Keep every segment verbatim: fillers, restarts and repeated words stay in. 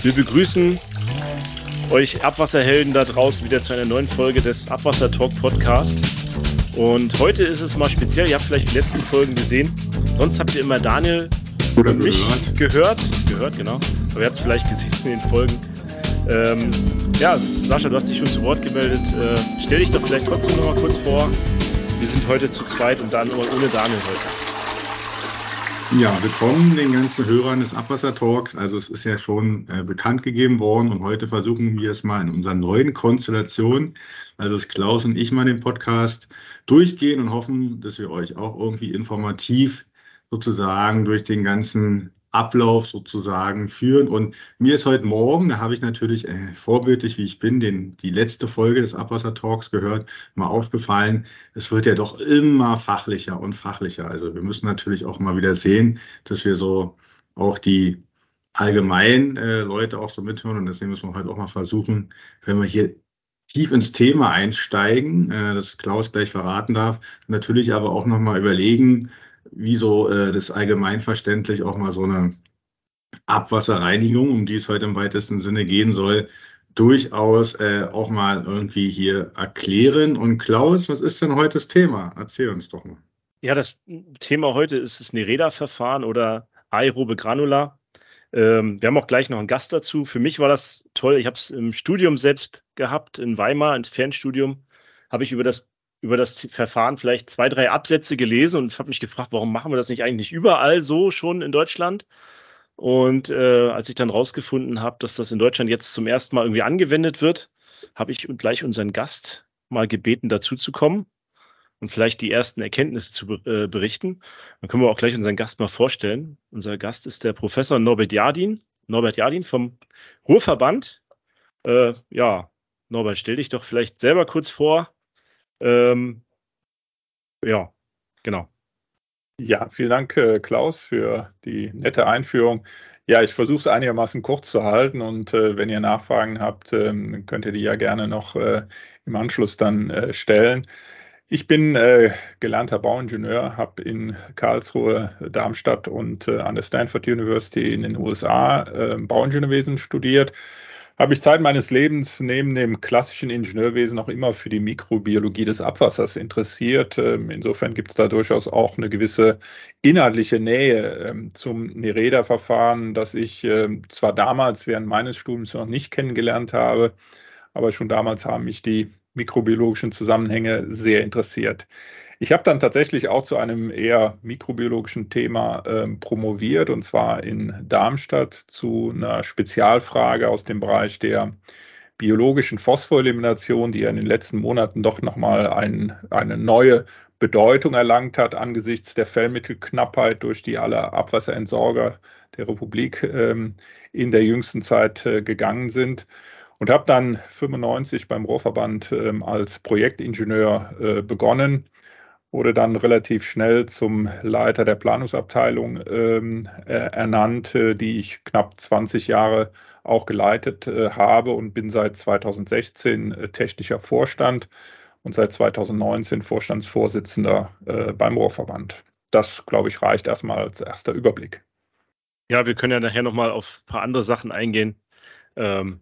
Wir begrüßen euch Abwasserhelden da draußen wieder zu einer neuen Folge des Abwasser Talk Podcast. Und heute ist es mal speziell, ihr habt vielleicht die letzten Folgen gesehen. Sonst habt ihr immer Daniel Oder und mich gehört. gehört. Gehört, genau. Aber ihr habt es vielleicht gesehen in den Folgen. Ähm, ja, Sascha, du hast dich schon zu Wort gemeldet. Äh, stell dich doch vielleicht trotzdem noch mal kurz vor. Wir sind heute zu zweit und dann ohne Daniel heute. Ja, willkommen den ganzen Hörern des Abwasser Talks. Also es ist ja schon äh, bekannt gegeben worden und heute versuchen wir es mal in unserer neuen Konstellation, also das Klaus und ich mal den Podcast durchgehen und hoffen, dass wir euch auch irgendwie informativ sozusagen durch den ganzen Ablauf sozusagen führen. Und mir ist heute Morgen, da habe ich natürlich äh, vorbildlich, wie ich bin, den, die letzte Folge des Abwasser Talks gehört, mal aufgefallen, es wird ja doch immer fachlicher und fachlicher. Also wir müssen natürlich auch mal wieder sehen, dass wir so auch die allgemeinen äh, Leute auch so mithören. Und deswegen müssen wir halt auch mal versuchen, wenn wir hier tief ins Thema einsteigen, äh, das Klaus gleich verraten darf, natürlich aber auch nochmal überlegen, wie so äh, das allgemeinverständlich auch mal so eine Abwasserreinigung, um die es heute im weitesten Sinne gehen soll, durchaus äh, auch mal irgendwie hier erklären. Und Klaus, was ist denn heute das Thema? Erzähl uns doch mal. Ja, das Thema heute ist das Nereda-Verfahren oder aerobe Granula. Ähm, wir haben auch gleich noch einen Gast dazu. Für mich war das toll. Ich habe es im Studium selbst gehabt, in Weimar, ein Fernstudium, habe ich über das, über das Verfahren vielleicht zwei, drei Absätze gelesen und habe mich gefragt, warum machen wir das nicht eigentlich überall so schon in Deutschland? Und äh, als ich dann rausgefunden habe, dass das in Deutschland jetzt zum ersten Mal irgendwie angewendet wird, habe ich gleich unseren Gast mal gebeten, dazu zu kommen und vielleicht die ersten Erkenntnisse zu äh, berichten. Dann können wir auch gleich unseren Gast mal vorstellen. Unser Gast ist der Professor Norbert Jardin, Norbert Jardin vom Ruhrverband. Äh, ja, Norbert, stell dich doch vielleicht selber kurz vor. Ähm, ja, genau. Ja, vielen Dank, äh, Klaus, für die nette Einführung. Ja, ich versuche es einigermaßen kurz zu halten und äh, wenn ihr Nachfragen habt, ähm, könnt ihr die ja gerne noch äh, im Anschluss dann äh, stellen. Ich bin äh, gelernter Bauingenieur, habe in Karlsruhe, Darmstadt und äh, an der Stanford University in den U S A äh, Bauingenieurwesen studiert. Habe ich Zeit meines Lebens neben dem klassischen Ingenieurwesen auch immer für die Mikrobiologie des Abwassers interessiert. Ähm, Insofern gibt es da durchaus auch eine gewisse inhaltliche Nähe ähm, zum Nereda-Verfahren, das ich ähm, zwar damals während meines Studiums noch nicht kennengelernt habe, aber schon damals haben mich die mikrobiologischen Zusammenhänge sehr interessiert. Ich habe dann tatsächlich auch zu einem eher mikrobiologischen Thema ähm, promoviert, und zwar in Darmstadt zu einer Spezialfrage aus dem Bereich der biologischen Phosphorelimination, die ja in den letzten Monaten doch nochmal ein, eine neue Bedeutung erlangt hat angesichts der Fellmittelknappheit, durch die alle Abwasserentsorger der Republik ähm, in der jüngsten Zeit äh, gegangen sind. Und habe dann fünfundneunzig beim Ruhrverband ähm, als Projektingenieur äh, begonnen, wurde dann relativ schnell zum Leiter der Planungsabteilung ähm, äh, ernannt, äh, die ich knapp zwanzig Jahre auch geleitet äh, habe und bin seit zweitausendsechzehn äh, technischer Vorstand und seit zweitausendneunzehn Vorstandsvorsitzender äh, beim Ruhrverband. Das, glaube ich, reicht erstmal als erster Überblick. Ja, wir können ja nachher nochmal auf ein paar andere Sachen eingehen. Ähm,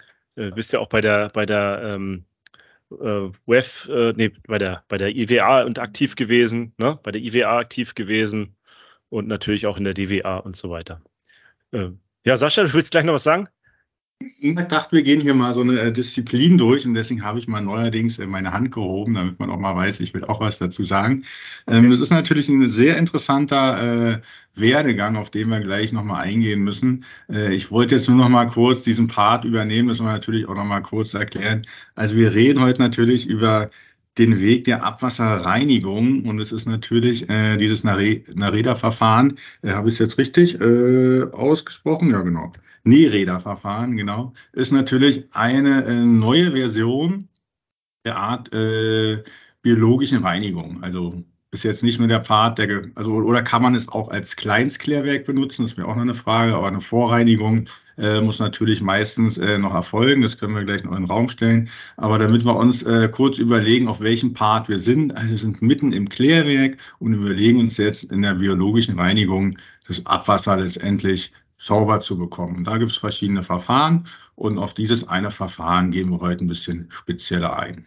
Du bist ja auch bei der bei der ähm, äh, W E F, äh, nee, bei der bei der I W A und aktiv gewesen, ne? Bei der I W A aktiv gewesen und natürlich auch in der D W A und so weiter. Äh, ja, Sascha, du willst gleich noch was sagen? Ich dachte, wir gehen hier mal so eine äh, Disziplin durch und deswegen habe ich mal neuerdings äh, meine Hand gehoben, damit man auch mal weiß, ich will auch was dazu sagen. Ähm, das ist natürlich ein sehr interessanter äh, Werdegang, auf den wir gleich nochmal eingehen müssen. Äh, ich wollte jetzt nur noch mal kurz diesen Part übernehmen, das wir natürlich auch noch mal kurz erklären. Also wir reden heute natürlich über den Weg der Abwasserreinigung und es ist natürlich äh, dieses Nereda-Verfahren, äh, habe ich es jetzt richtig äh, ausgesprochen? Ja, genau. Nereda-Verfahren, genau, ist natürlich eine äh, neue Version der Art äh, biologischen Reinigung. Also ist jetzt nicht nur der Part, der, ge- also oder kann man es auch als Kleinstklärwerk benutzen? Das wäre auch noch eine Frage, aber eine Vorreinigung äh, muss natürlich meistens äh, noch erfolgen. Das können wir gleich noch in den Raum stellen. Aber damit wir uns äh, kurz überlegen, auf welchem Part wir sind, also wir sind mitten im Klärwerk und überlegen uns jetzt in der biologischen Reinigung das Abwasser letztendlich sauber zu bekommen. Da gibt es verschiedene Verfahren und auf dieses eine Verfahren gehen wir heute ein bisschen spezieller ein.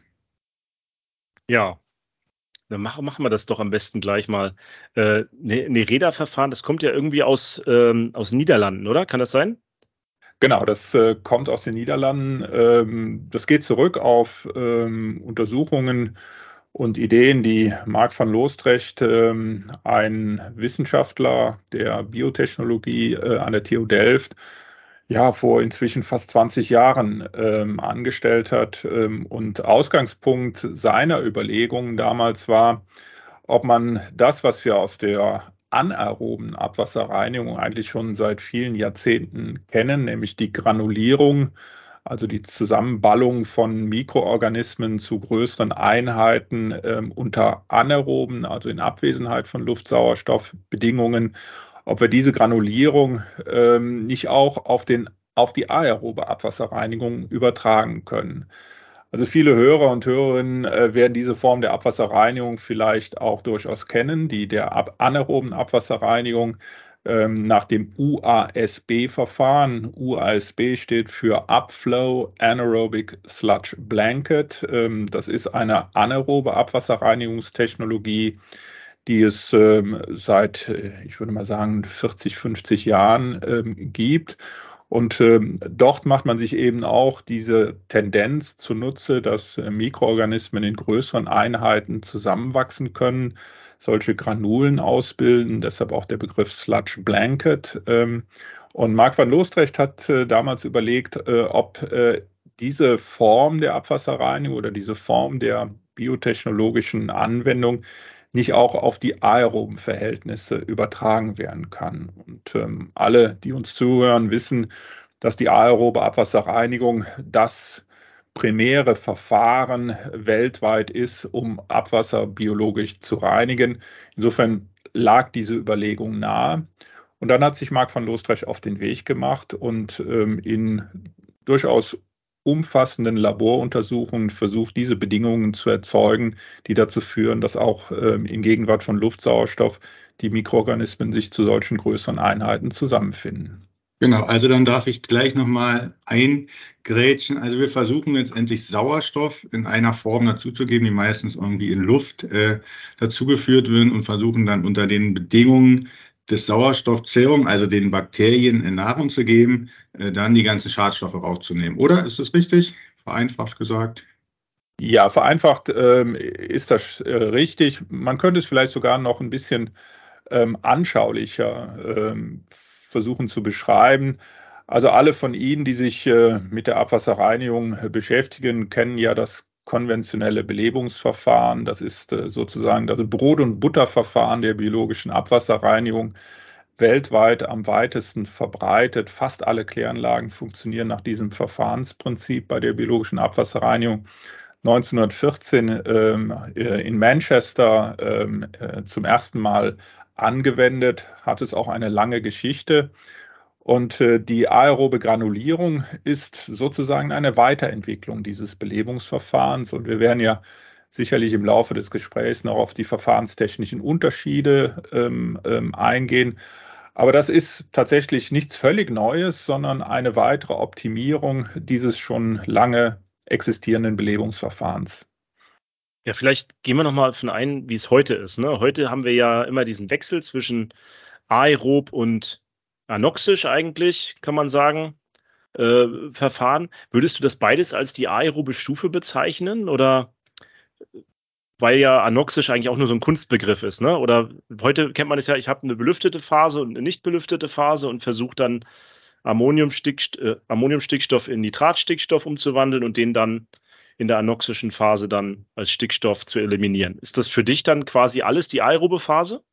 Ja, dann machen, machen wir das doch am besten gleich mal. Äh, ne, Nereda-Verfahren, das kommt ja irgendwie aus, ähm, aus den Niederlanden, oder? Kann das sein? Genau, das äh, kommt aus den Niederlanden. Ähm, das geht zurück auf ähm, Untersuchungen und Ideen, die Mark van Loosdrecht, ähm, ein Wissenschaftler der Biotechnologie äh, an der T U Delft, ja, vor inzwischen fast zwanzig Jahren ähm, angestellt hat. Ähm, und Ausgangspunkt seiner Überlegungen damals war, ob man das, was wir aus der anaeroben Abwasserreinigung eigentlich schon seit vielen Jahrzehnten kennen, nämlich die Granulierung, also die Zusammenballung von Mikroorganismen zu größeren Einheiten ähm, unter anaeroben, also in Abwesenheit von Luftsauerstoffbedingungen, ob wir diese Granulierung ähm, nicht auch auf den, auf die aerobe Abwasserreinigung übertragen können. Also viele Hörer und Hörerinnen äh, werden diese Form der Abwasserreinigung vielleicht auch durchaus kennen, die der ab anaeroben Abwasserreinigung ähm, nach dem U A S B-Verfahren. U A S B steht für Upflow Anaerobic Sludge Blanket. Ähm, das ist eine anaerobe Abwasserreinigungstechnologie, die es ähm, seit, äh, ich würde mal sagen, vierzig, fünfzig Jahren ähm, gibt. Und ähm, dort macht man sich eben auch diese Tendenz zunutze, dass äh, Mikroorganismen in größeren Einheiten zusammenwachsen können, solche Granulen ausbilden, deshalb auch der Begriff Sludge Blanket. Ähm, und Mark van Loosdrecht hat äh, damals überlegt, äh, ob äh, diese Form der Abwasserreinigung oder diese Form der biotechnologischen Anwendung nicht auch auf die aeroben Verhältnisse übertragen werden kann. Und ähm, alle, die uns zuhören, wissen, dass die aerobe Abwasserreinigung das primäre Verfahren weltweit ist, um Abwasser biologisch zu reinigen. Insofern lag diese Überlegung nahe. Und dann hat sich Mark van Loosdrecht auf den Weg gemacht und ähm, in durchaus umfassenden Laboruntersuchungen versucht, diese Bedingungen zu erzeugen, die dazu führen, dass auch ähm, in Gegenwart von Luftsauerstoff die Mikroorganismen sich zu solchen größeren Einheiten zusammenfinden. Genau, also dann darf ich gleich nochmal eingrätschen. Also wir versuchen letztendlich Sauerstoff in einer Form dazuzugeben, die meistens irgendwie in Luft äh, dazugeführt wird und versuchen dann unter den Bedingungen des Sauerstoffzerrung, also den Bakterien in Nahrung zu geben, äh, dann die ganzen Schadstoffe rauszunehmen. Oder ist das richtig? Vereinfacht gesagt? Ja, vereinfacht ähm, ist das äh, richtig. Man könnte es vielleicht sogar noch ein bisschen ähm, anschaulicher ähm, versuchen zu beschreiben. Also alle von Ihnen, die sich äh, mit der Abwasserreinigung äh, beschäftigen, kennen ja das konventionelle Belebungsverfahren. Das ist äh, sozusagen das Brot- und Butterverfahren der biologischen Abwasserreinigung, weltweit am weitesten verbreitet. Fast alle Kläranlagen funktionieren nach diesem Verfahrensprinzip bei der biologischen Abwasserreinigung. neunzehnhundertvierzehn ähm, in Manchester ähm, äh, zum ersten Mal angewendet, hat es auch eine lange Geschichte. Und äh, die aerobe Granulierung ist sozusagen eine Weiterentwicklung dieses Belebungsverfahrens. Und wir werden ja sicherlich im Laufe des Gesprächs noch auf die verfahrenstechnischen Unterschiede ähm, ähm, eingehen. Aber das ist tatsächlich nichts völlig Neues, sondern eine weitere Optimierung dieses schon lange existierenden Belebungsverfahrens. Ja, vielleicht gehen wir noch mal von ein, wie es heute ist, ne? Heute haben wir ja immer diesen Wechsel zwischen aerob und anoxisch eigentlich, kann man sagen, äh, Verfahren. Würdest du das beides als die aerobe Stufe bezeichnen oder weil ja anoxisch eigentlich auch nur so ein Kunstbegriff ist, ne? Oder heute kennt man es ja, ich habe eine belüftete Phase und eine nicht belüftete Phase und versuche dann Ammoniumstickst äh, Ammoniumstickstoff in Nitratstickstoff umzuwandeln und den dann in der anoxischen Phase dann als Stickstoff zu eliminieren. Ist das für dich dann quasi alles die aerobe Phase?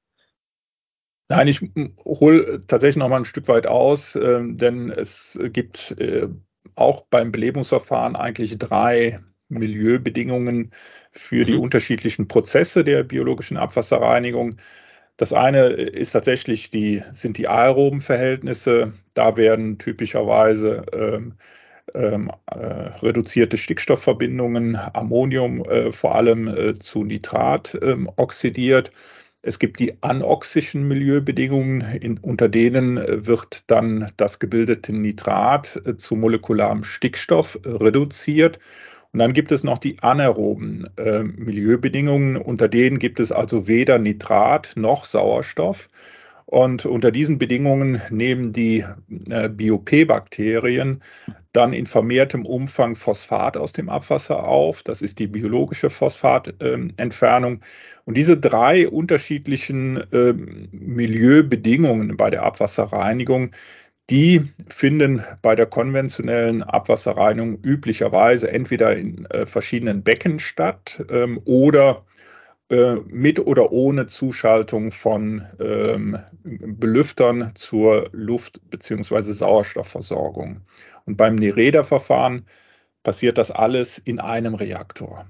Nein, ich hole tatsächlich noch mal ein Stück weit aus, ähm, denn es gibt äh, auch beim Belebungsverfahren eigentlich drei Milieubedingungen für die Mhm. unterschiedlichen Prozesse der biologischen Abwasserreinigung. Das eine ist tatsächlich die, sind die aeroben Verhältnisse. Da werden typischerweise ähm, ähm, äh, reduzierte Stickstoffverbindungen, Ammonium äh, vor allem äh, zu Nitrat ähm, oxidiert. Es gibt die anoxischen Milieubedingungen, in, unter denen wird dann das gebildete Nitrat äh, zu molekularem Stickstoff äh, reduziert. Und dann gibt es noch die anaeroben äh, Milieubedingungen, unter denen gibt es also weder Nitrat noch Sauerstoff. Und unter diesen Bedingungen nehmen die äh, B O P-Bakterien dann in vermehrtem Umfang Phosphat aus dem Abwasser auf. Das ist die biologische Phosphatentfernung. Ähm, Und diese drei unterschiedlichen ähm, Milieubedingungen bei der Abwasserreinigung, die finden bei der konventionellen Abwasserreinigung üblicherweise entweder in äh, verschiedenen Becken statt ähm, oder äh, mit oder ohne Zuschaltung von ähm, Belüftern zur Luft- bzw. Sauerstoffversorgung. Und beim Nereda-Verfahren passiert das alles in einem Reaktor.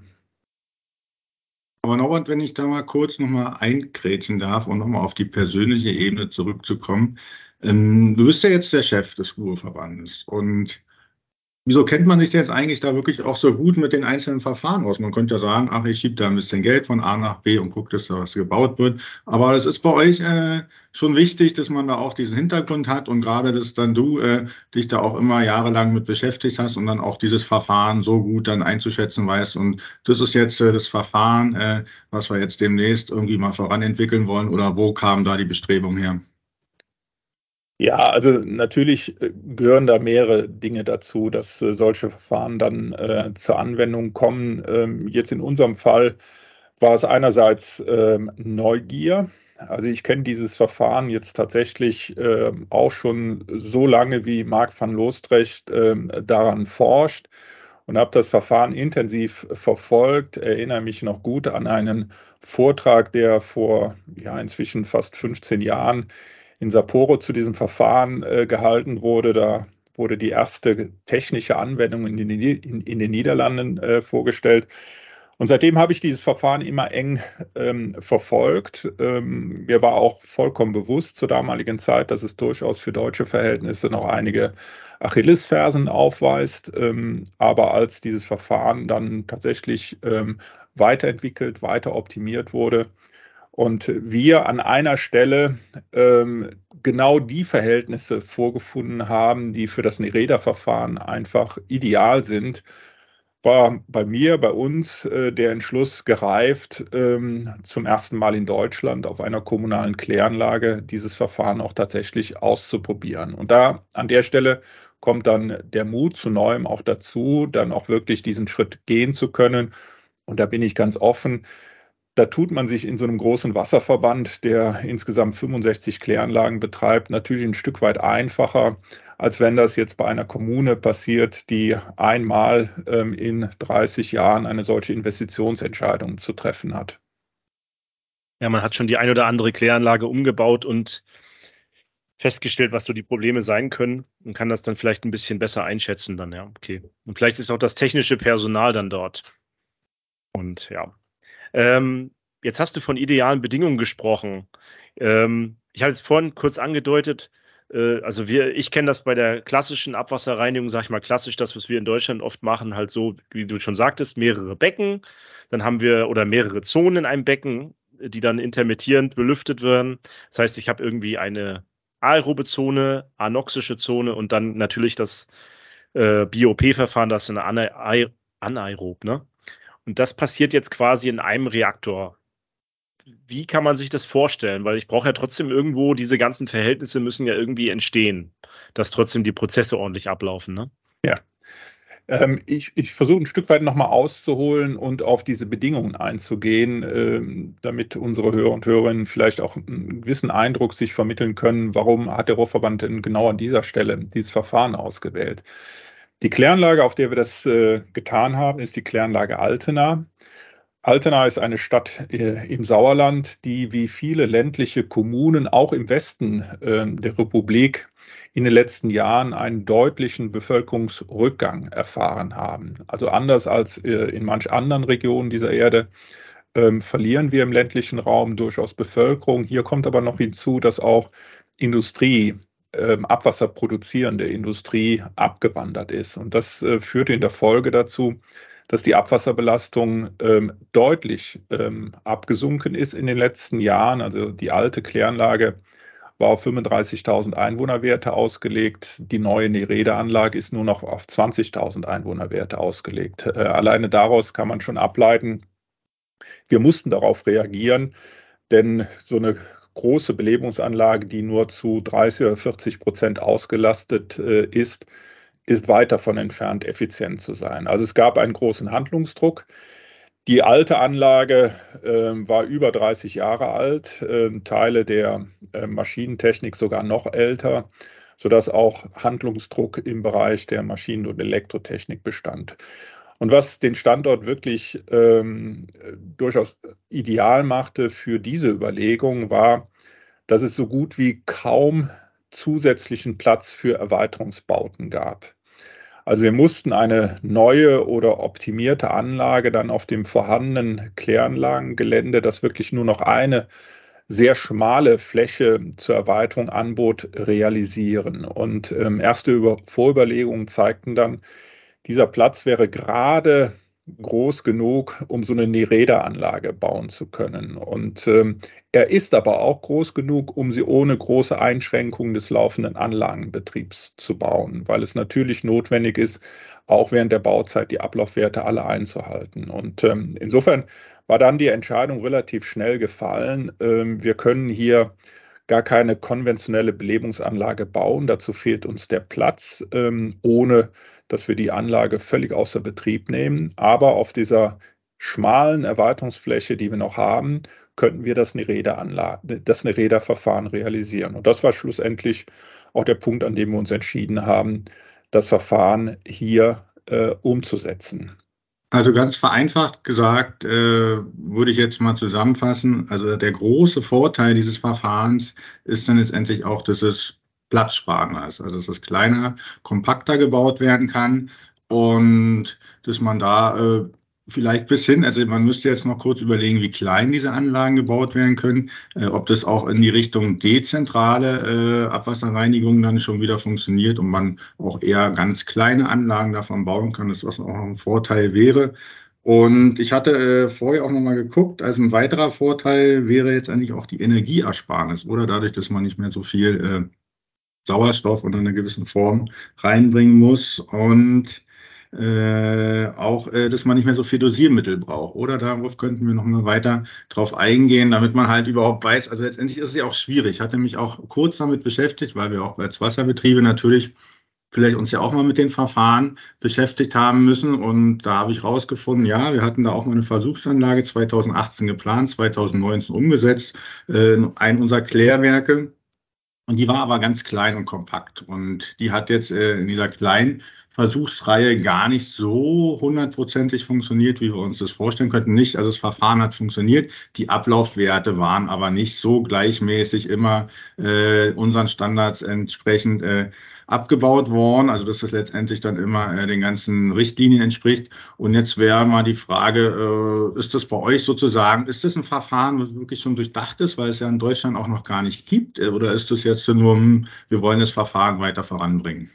Aber Norbert, wenn ich da mal kurz nochmal eingrätschen darf und nochmal auf die persönliche Ebene zurückzukommen. Ähm, du bist ja jetzt der Chef des Ruhrverbandes. Und wieso kennt man sich denn jetzt eigentlich da wirklich auch so gut mit den einzelnen Verfahren aus? Man könnte ja sagen, ach, ich schiebe da ein bisschen Geld von A nach B und gucke, dass da was gebaut wird. Aber es ist bei euch äh, schon wichtig, dass man da auch diesen Hintergrund hat und gerade, dass dann du äh, dich da auch immer jahrelang mit beschäftigt hast und dann auch dieses Verfahren so gut dann einzuschätzen weißt. Und das ist jetzt äh, das Verfahren, äh, was wir jetzt demnächst irgendwie mal voranentwickeln wollen oder wo kamen da die Bestrebungen her? Ja, also natürlich äh, gehören da mehrere Dinge dazu, dass äh, solche Verfahren dann äh, zur Anwendung kommen. Ähm, jetzt in unserem Fall war es einerseits ähm, Neugier. Also ich kenne dieses Verfahren jetzt tatsächlich ähm, auch schon so lange, wie Marc van Loostrecht ähm, daran forscht und habe das Verfahren intensiv verfolgt. Erinnere mich noch gut an einen Vortrag, der vor ja, inzwischen fast fünfzehn Jahren in Sapporo zu diesem Verfahren äh, gehalten wurde. Da wurde die erste technische Anwendung in den, in, in den Niederlanden äh, vorgestellt. Und seitdem habe ich dieses Verfahren immer eng ähm, verfolgt. Ähm, mir war auch vollkommen bewusst zur damaligen Zeit, dass es durchaus für deutsche Verhältnisse noch einige Achillesfersen aufweist. Ähm, aber als dieses Verfahren dann tatsächlich ähm, weiterentwickelt, weiter optimiert wurde, und wir an einer Stelle ähm, genau die Verhältnisse vorgefunden haben, die für das Nereda-Verfahren einfach ideal sind, war bei mir, bei uns äh, der Entschluss gereift, ähm, zum ersten Mal in Deutschland auf einer kommunalen Kläranlage dieses Verfahren auch tatsächlich auszuprobieren. Und da an der Stelle kommt dann der Mut zu Neuem auch dazu, dann auch wirklich diesen Schritt gehen zu können. Und da bin ich ganz offen. Da tut man sich in so einem großen Wasserverband, der insgesamt fünfundsechzig Kläranlagen betreibt, natürlich ein Stück weit einfacher, als wenn das jetzt bei einer Kommune passiert, die einmal ähm, in dreißig Jahren eine solche Investitionsentscheidung zu treffen hat. Ja, man hat schon die ein oder andere Kläranlage umgebaut und festgestellt, was so die Probleme sein können und kann das dann vielleicht ein bisschen besser einschätzen dann, ja, okay. Und vielleicht ist auch das technische Personal dann dort. Und ja. Ähm, jetzt hast du von idealen Bedingungen gesprochen. Ähm, ich hatte es vorhin kurz angedeutet, äh, also wir, ich kenne das bei der klassischen Abwasserreinigung, sag ich mal klassisch, das, was wir in Deutschland oft machen, halt so, wie du schon sagtest, mehrere Becken, dann haben wir oder mehrere Zonen in einem Becken, die dann intermittierend belüftet werden. Das heißt, ich habe irgendwie eine aerobe Zone, anoxische Zone und dann natürlich das äh, B O P-Verfahren, das ist eine Ana anaerob, ne? Und das passiert jetzt quasi in einem Reaktor. Wie kann man sich das vorstellen? Weil ich brauche ja trotzdem irgendwo, diese ganzen Verhältnisse müssen ja irgendwie entstehen, dass trotzdem die Prozesse ordentlich ablaufen, ne? Ja. Ähm, ich ich versuche ein Stück weit nochmal auszuholen und auf diese Bedingungen einzugehen, ähm, damit unsere Hörer und Hörerinnen vielleicht auch einen gewissen Eindruck sich vermitteln können, warum hat der Ruhrverband denn genau an dieser Stelle dieses Verfahren ausgewählt. Die Kläranlage, auf der wir das äh, getan haben, ist die Kläranlage Altena. Altena ist eine Stadt äh, im Sauerland, die wie viele ländliche Kommunen auch im Westen äh, der Republik in den letzten Jahren einen deutlichen Bevölkerungsrückgang erfahren haben. Also anders als äh, in manch anderen Regionen dieser Erde ähm, verlieren wir im ländlichen Raum durchaus Bevölkerung. Hier kommt aber noch hinzu, dass auch Industrie, ähm, abwasserproduzierende Industrie abgewandert ist. Und das äh, führte in der Folge dazu, dass die Abwasserbelastung ähm, deutlich ähm, abgesunken ist in den letzten Jahren. Also die alte Kläranlage war auf fünfunddreißigtausend Einwohnerwerte ausgelegt. Die neue Nereda-Anlage ist nur noch auf zwanzigtausend Einwohnerwerte ausgelegt. Äh, alleine daraus kann man schon ableiten, wir mussten darauf reagieren, denn so eine große Belebungsanlage, die nur zu dreißig oder vierzig Prozent ausgelastet äh, ist, ist weit davon entfernt, effizient zu sein. Also es gab einen großen Handlungsdruck. Die alte Anlage äh, war über dreißig Jahre alt, äh, Teile der äh, Maschinentechnik sogar noch älter, sodass auch Handlungsdruck im Bereich der Maschinen- und Elektrotechnik bestand. Und was den Standort wirklich ähm, durchaus ideal machte für diese Überlegung, war, dass es so gut wie kaum zusätzlichen Platz für Erweiterungsbauten gab. Also wir mussten eine neue oder optimierte Anlage dann auf dem vorhandenen Kläranlagengelände, das wirklich nur noch eine sehr schmale Fläche zur Erweiterung anbot, realisieren. Und ähm, erste Über- Vorüberlegungen zeigten dann, dieser Platz wäre gerade groß genug, um so eine Nereda-Anlage bauen zu können. Und ähm, er ist aber auch groß genug, um sie ohne große Einschränkungen des laufenden Anlagenbetriebs zu bauen, weil es natürlich notwendig ist, auch während der Bauzeit die Ablaufwerte alle einzuhalten. Und ähm, insofern war dann die Entscheidung relativ schnell gefallen. Ähm, wir können hier gar keine konventionelle Belebungsanlage bauen. Dazu fehlt uns der Platz, ähm, ohne dass wir die Anlage völlig außer Betrieb nehmen. Aber auf dieser schmalen Erweiterungsfläche, die wir noch haben, könnten wir das Nereda-Anlage, das Nereda-Verfahren realisieren. Und das war schlussendlich auch der Punkt, an dem wir uns entschieden haben, das Verfahren hier äh, umzusetzen. Also ganz vereinfacht gesagt, äh, würde ich jetzt mal zusammenfassen. Also der große Vorteil dieses Verfahrens ist dann letztendlich auch, dass es platzsparender ist. Also dass es kleiner, kompakter gebaut werden kann und dass man da äh, vielleicht bis hin, also man müsste jetzt noch kurz überlegen, wie klein diese Anlagen gebaut werden können, äh, ob das auch in die Richtung dezentrale äh, Abwasserreinigung dann schon wieder funktioniert und man auch eher ganz kleine Anlagen davon bauen kann, dass das auch ein Vorteil wäre. Und ich hatte äh, vorher auch nochmal geguckt, also ein weiterer Vorteil wäre jetzt eigentlich auch die Energieersparnis, oder dadurch, dass man nicht mehr so viel äh, Sauerstoff in einer gewissen Form reinbringen muss und äh, auch, äh, dass man nicht mehr so viel Dosiermittel braucht. Oder darauf könnten wir noch mal weiter drauf eingehen, damit man halt überhaupt weiß, also letztendlich ist es ja auch schwierig. Ich hatte mich auch kurz damit beschäftigt, weil wir auch als Wasserbetriebe natürlich vielleicht uns ja auch mal mit den Verfahren beschäftigt haben müssen. Und da habe ich rausgefunden, ja, wir hatten da auch mal eine Versuchsanlage zweitausendachtzehn geplant, zweitausendneunzehn umgesetzt, äh, ein unserer Klärwerke. Und die war aber ganz klein und kompakt. Und die hat jetzt äh, in dieser kleinen Versuchsreihe gar nicht so hundertprozentig funktioniert, wie wir uns das vorstellen könnten. Nicht, also das Verfahren hat funktioniert, die Ablaufwerte waren aber nicht so gleichmäßig immer äh, unseren Standards entsprechend äh, abgebaut worden, also dass das letztendlich dann immer äh, den ganzen Richtlinien entspricht. Und jetzt wäre mal die Frage, äh, ist das bei euch sozusagen, ist das ein Verfahren, was wirklich schon durchdacht ist, weil es ja in Deutschland auch noch gar nicht gibt? Äh, oder ist das jetzt nur, hm, wir wollen das Verfahren weiter voranbringen?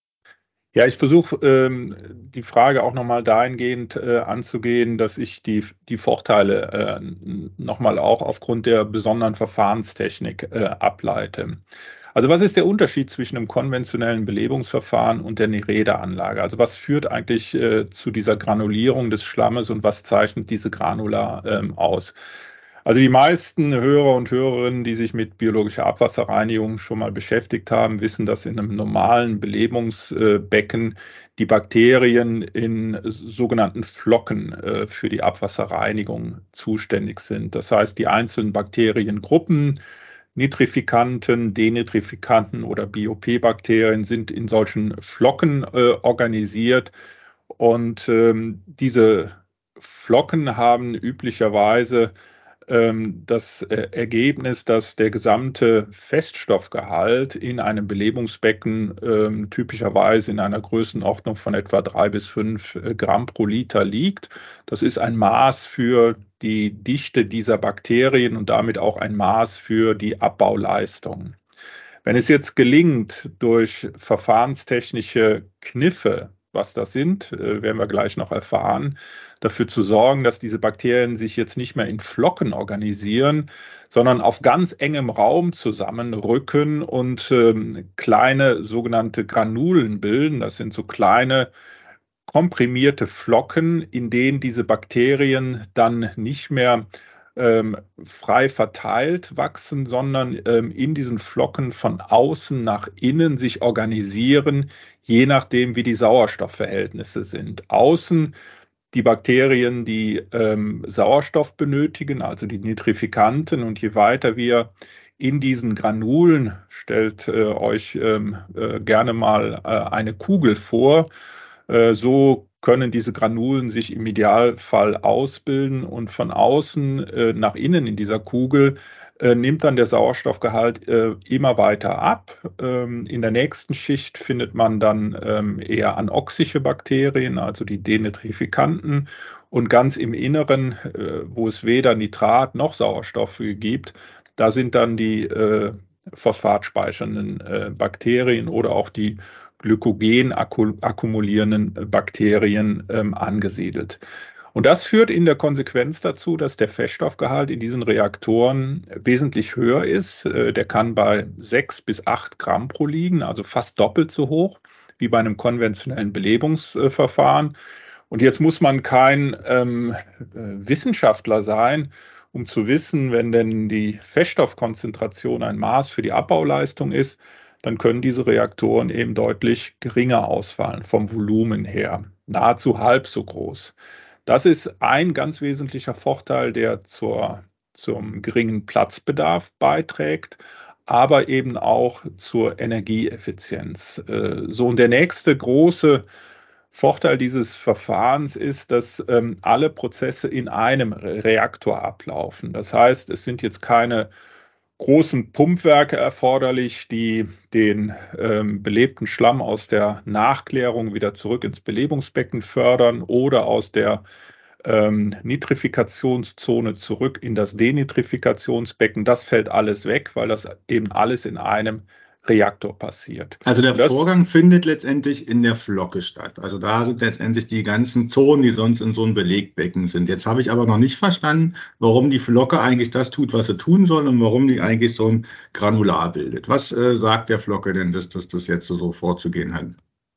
Ja, ich versuche ähm, die Frage auch nochmal dahingehend äh, anzugehen, dass ich die, die Vorteile äh, nochmal auch aufgrund der besonderen Verfahrenstechnik äh, ableite. Also was ist der Unterschied zwischen einem konventionellen Belebungsverfahren und der Nereda-Anlage? Also was führt eigentlich äh, zu dieser Granulierung des Schlammes und was zeichnet diese Granula ähm, aus? Also die meisten Hörer und Hörerinnen, die sich mit biologischer Abwasserreinigung schon mal beschäftigt haben, wissen, dass in einem normalen Belebungsbecken die Bakterien in sogenannten Flocken äh, für die Abwasserreinigung zuständig sind. Das heißt, die einzelnen Bakteriengruppen, Nitrifikanten, Denitrifikanten oder B O P-Bakterien sind in solchen Flocken äh, organisiert und ähm, diese Flocken haben üblicherweise das Ergebnis, dass der gesamte Feststoffgehalt in einem Belebungsbecken ähm, typischerweise in einer Größenordnung von etwa drei bis fünf Gramm pro Liter liegt. Das ist ein Maß für die Dichte dieser Bakterien und damit auch ein Maß für die Abbauleistung. Wenn es jetzt gelingt, durch verfahrenstechnische Kniffe was das sind, äh, werden wir gleich noch erfahren, dafür zu sorgen, dass diese Bakterien sich jetzt nicht mehr in Flocken organisieren, sondern auf ganz engem Raum zusammenrücken und ähm, kleine sogenannte Granulen bilden. Das sind so kleine komprimierte Flocken, in denen diese Bakterien dann nicht mehr ähm, frei verteilt wachsen, sondern ähm, in diesen Flocken von außen nach innen sich organisieren, je nachdem, wie die Sauerstoffverhältnisse sind. Außen die Bakterien, die ähm, Sauerstoff benötigen, also die Nitrifikanten, und je weiter wir in diesen Granulen, stellt äh, euch ähm, äh, gerne mal äh, eine Kugel vor, äh, so können diese Granulen sich im Idealfall ausbilden und von außen äh, nach innen in dieser Kugel äh, nimmt dann der Sauerstoffgehalt äh, immer weiter ab. Ähm, in der nächsten Schicht findet man dann ähm, eher anoxische Bakterien, also die Denitrifikanten. Und ganz im Inneren, äh, wo es weder Nitrat noch Sauerstoff gibt, da sind dann die äh, phosphatspeichernden äh, Bakterien oder auch die Glykogen akkumulierenden Bakterien ähm, angesiedelt. Und das führt in der Konsequenz dazu, dass der Feststoffgehalt in diesen Reaktoren wesentlich höher ist. Äh, der kann bei sechs bis acht Gramm pro liegen, also fast doppelt so hoch wie bei einem konventionellen Belebungsverfahren. Und jetzt muss man kein ähm, Wissenschaftler sein, um zu wissen, wenn denn die Feststoffkonzentration ein Maß für die Abbauleistung ist, dann können diese Reaktoren eben deutlich geringer ausfallen vom Volumen her, nahezu halb so groß. Das ist ein ganz wesentlicher Vorteil, der zur, zum geringen Platzbedarf beiträgt, aber eben auch zur Energieeffizienz. So, und der nächste große Vorteil dieses Verfahrens ist, dass ähm, alle Prozesse in einem Reaktor ablaufen. Das heißt, es sind jetzt keine großen Pumpwerke erforderlich, die den ähm, belebten Schlamm aus der Nachklärung wieder zurück ins Belebungsbecken fördern oder aus der ähm, Nitrifikationszone zurück in das Denitrifikationsbecken. Das fällt alles weg, weil das eben alles in einem Reaktor passiert. Also der das, Vorgang findet letztendlich in der Flocke statt. Also da sind letztendlich die ganzen Zonen, die sonst in so einem Belegbecken sind. Jetzt habe ich aber noch nicht verstanden, warum die Flocke eigentlich das tut, was sie tun soll und warum die eigentlich so ein Granular bildet. Was äh, sagt der Flocke denn, dass, dass das jetzt so vorzugehen hat?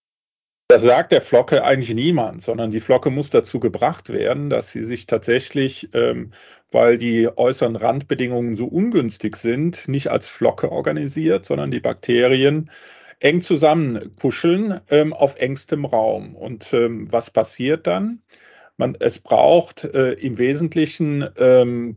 Das sagt der Flocke eigentlich niemand, sondern die Flocke muss dazu gebracht werden, dass sie sich tatsächlich, ähm, weil die äußeren Randbedingungen so ungünstig sind, nicht als Flocke organisiert, sondern die Bakterien eng zusammenkuscheln ähm, auf engstem Raum. Und ähm, was passiert dann? Man, es braucht äh, im Wesentlichen ähm,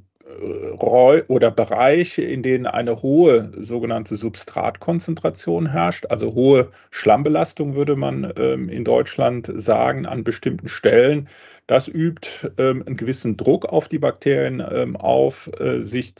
oder Bereiche, in denen eine hohe sogenannte Substratkonzentration herrscht, also hohe Schlammbelastung würde man ähm, in Deutschland sagen an bestimmten Stellen. Das übt ähm, einen gewissen Druck auf die Bakterien ähm, auf, äh, sich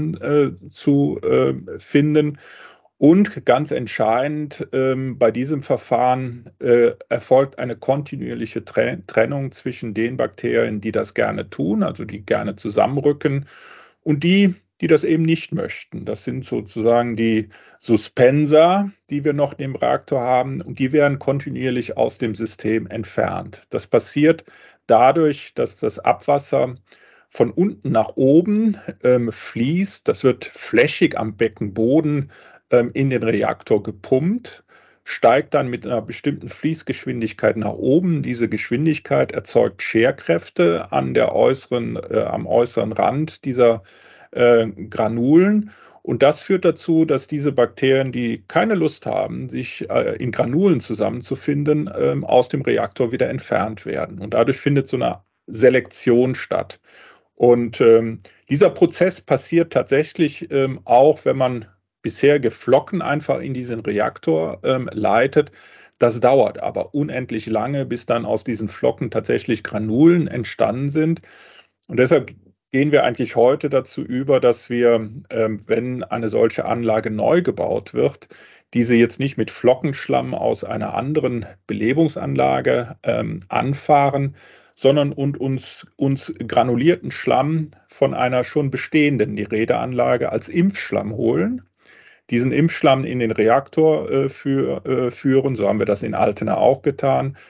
zusammenzufinden. Äh, Und ganz entscheidend ähm, bei diesem Verfahren äh, erfolgt eine kontinuierliche Trennung zwischen den Bakterien, die das gerne tun, also die gerne zusammenrücken, und die, die das eben nicht möchten. Das sind sozusagen die Suspenser, die wir noch im Reaktor haben, und die werden kontinuierlich aus dem System entfernt. Das passiert dadurch, dass das Abwasser von unten nach oben ähm, fließt. Das wird flächig am Beckenboden in den Reaktor gepumpt, steigt dann mit einer bestimmten Fließgeschwindigkeit nach oben. Diese Geschwindigkeit erzeugt Scherkräfte an der äußeren, äh, am äußeren Rand dieser äh, Granulen. Und das führt dazu, dass diese Bakterien, die keine Lust haben, sich äh, in Granulen zusammenzufinden, äh, aus dem Reaktor wieder entfernt werden. Und dadurch findet so eine Selektion statt. Und ähm, dieser Prozess passiert tatsächlich ähm, auch, wenn man bisherige Flocken einfach in diesen Reaktor ähm, leitet. Das dauert aber unendlich lange, bis dann aus diesen Flocken tatsächlich Granulen entstanden sind. Und deshalb gehen wir eigentlich heute dazu über, dass wir, ähm, wenn eine solche Anlage neu gebaut wird, diese jetzt nicht mit Flockenschlamm aus einer anderen Belebungsanlage ähm, anfahren, sondern und uns, uns granulierten Schlamm von einer schon bestehenden Niredaanlage als Impfschlamm holen, diesen Impfschlamm in den Reaktor äh, für, äh, führen. So haben wir das in Altena auch getan.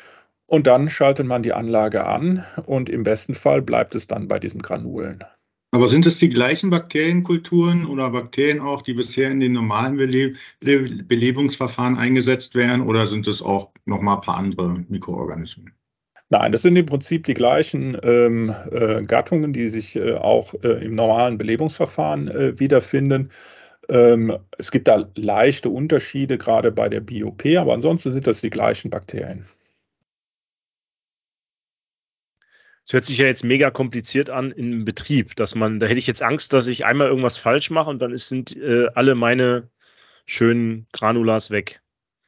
Und dann schaltet man die Anlage an und im besten Fall bleibt es dann bei diesen Granulen. Aber sind es die gleichen Bakterienkulturen oder Bakterien auch, die bisher in den normalen Bele Be Belebungsverfahren eingesetzt werden, oder sind es auch nochmal ein paar andere Mikroorganismen? Nein, das sind im Prinzip die gleichen ähm, äh, Gattungen, die sich äh, auch äh, im normalen Belebungsverfahren äh, wiederfinden. Ähm, es gibt da leichte Unterschiede, gerade bei der B O P, aber ansonsten sind das die gleichen Bakterien. Es hört sich ja jetzt mega kompliziert an im Betrieb, dass man, da hätte ich jetzt Angst, dass ich einmal irgendwas falsch mache und dann ist, sind äh, alle meine schönen Granulars weg.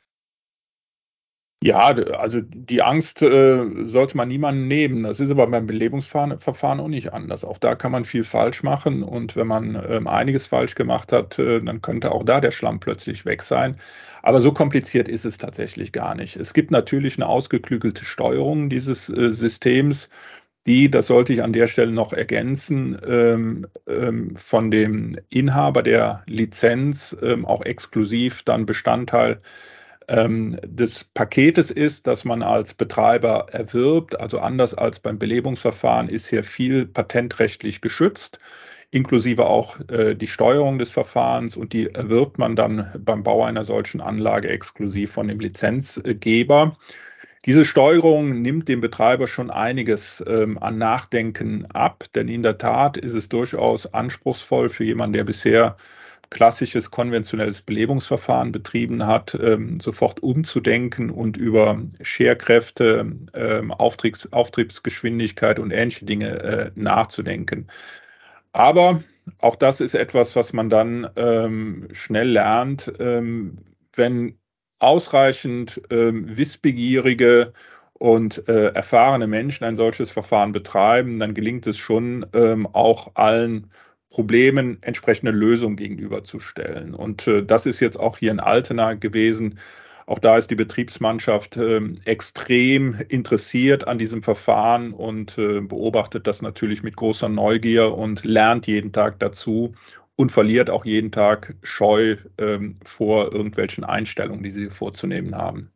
Ja, d- also die Angst äh, sollte man niemandem nehmen. Das ist aber beim Belebungsverfahren auch nicht anders. Auch da kann man viel falsch machen und wenn man ähm, einiges falsch gemacht hat, äh, dann könnte auch da der Schlamm plötzlich weg sein. Aber so kompliziert ist es tatsächlich gar nicht. Es gibt natürlich eine ausgeklügelte Steuerung dieses äh, Systems, die, das sollte ich an der Stelle noch ergänzen, ähm, ähm, von dem Inhaber der Lizenz ähm, auch exklusiv dann Bestandteil ähm, des Paketes ist, das man als Betreiber erwirbt. Also anders als beim Belebungsverfahren ist hier viel patentrechtlich geschützt, inklusive auch äh, die Steuerung des Verfahrens, und die erwirbt man dann beim Bau einer solchen Anlage exklusiv von dem Lizenzgeber. Diese Steuerung nimmt dem Betreiber schon einiges ähm, an Nachdenken ab, denn in der Tat ist es durchaus anspruchsvoll für jemanden, der bisher klassisches konventionelles Belebungsverfahren betrieben hat, ähm, sofort umzudenken und über Scherkräfte, ähm, Auftriebs Auftriebsgeschwindigkeit und ähnliche Dinge äh, nachzudenken. Aber auch das ist etwas, was man dann ähm, schnell lernt, ähm, wenn ausreichend ähm, wissbegierige und äh, erfahrene Menschen ein solches Verfahren betreiben, dann gelingt es schon, ähm, auch allen Problemen entsprechende Lösungen gegenüberzustellen. Und äh, das ist jetzt auch hier in Altena gewesen. Auch da ist die Betriebsmannschaft ähm, extrem interessiert an diesem Verfahren und äh, beobachtet das natürlich mit großer Neugier und lernt jeden Tag dazu und verliert auch jeden Tag Scheu ähm, vor irgendwelchen Einstellungen, die sie vorzunehmen haben.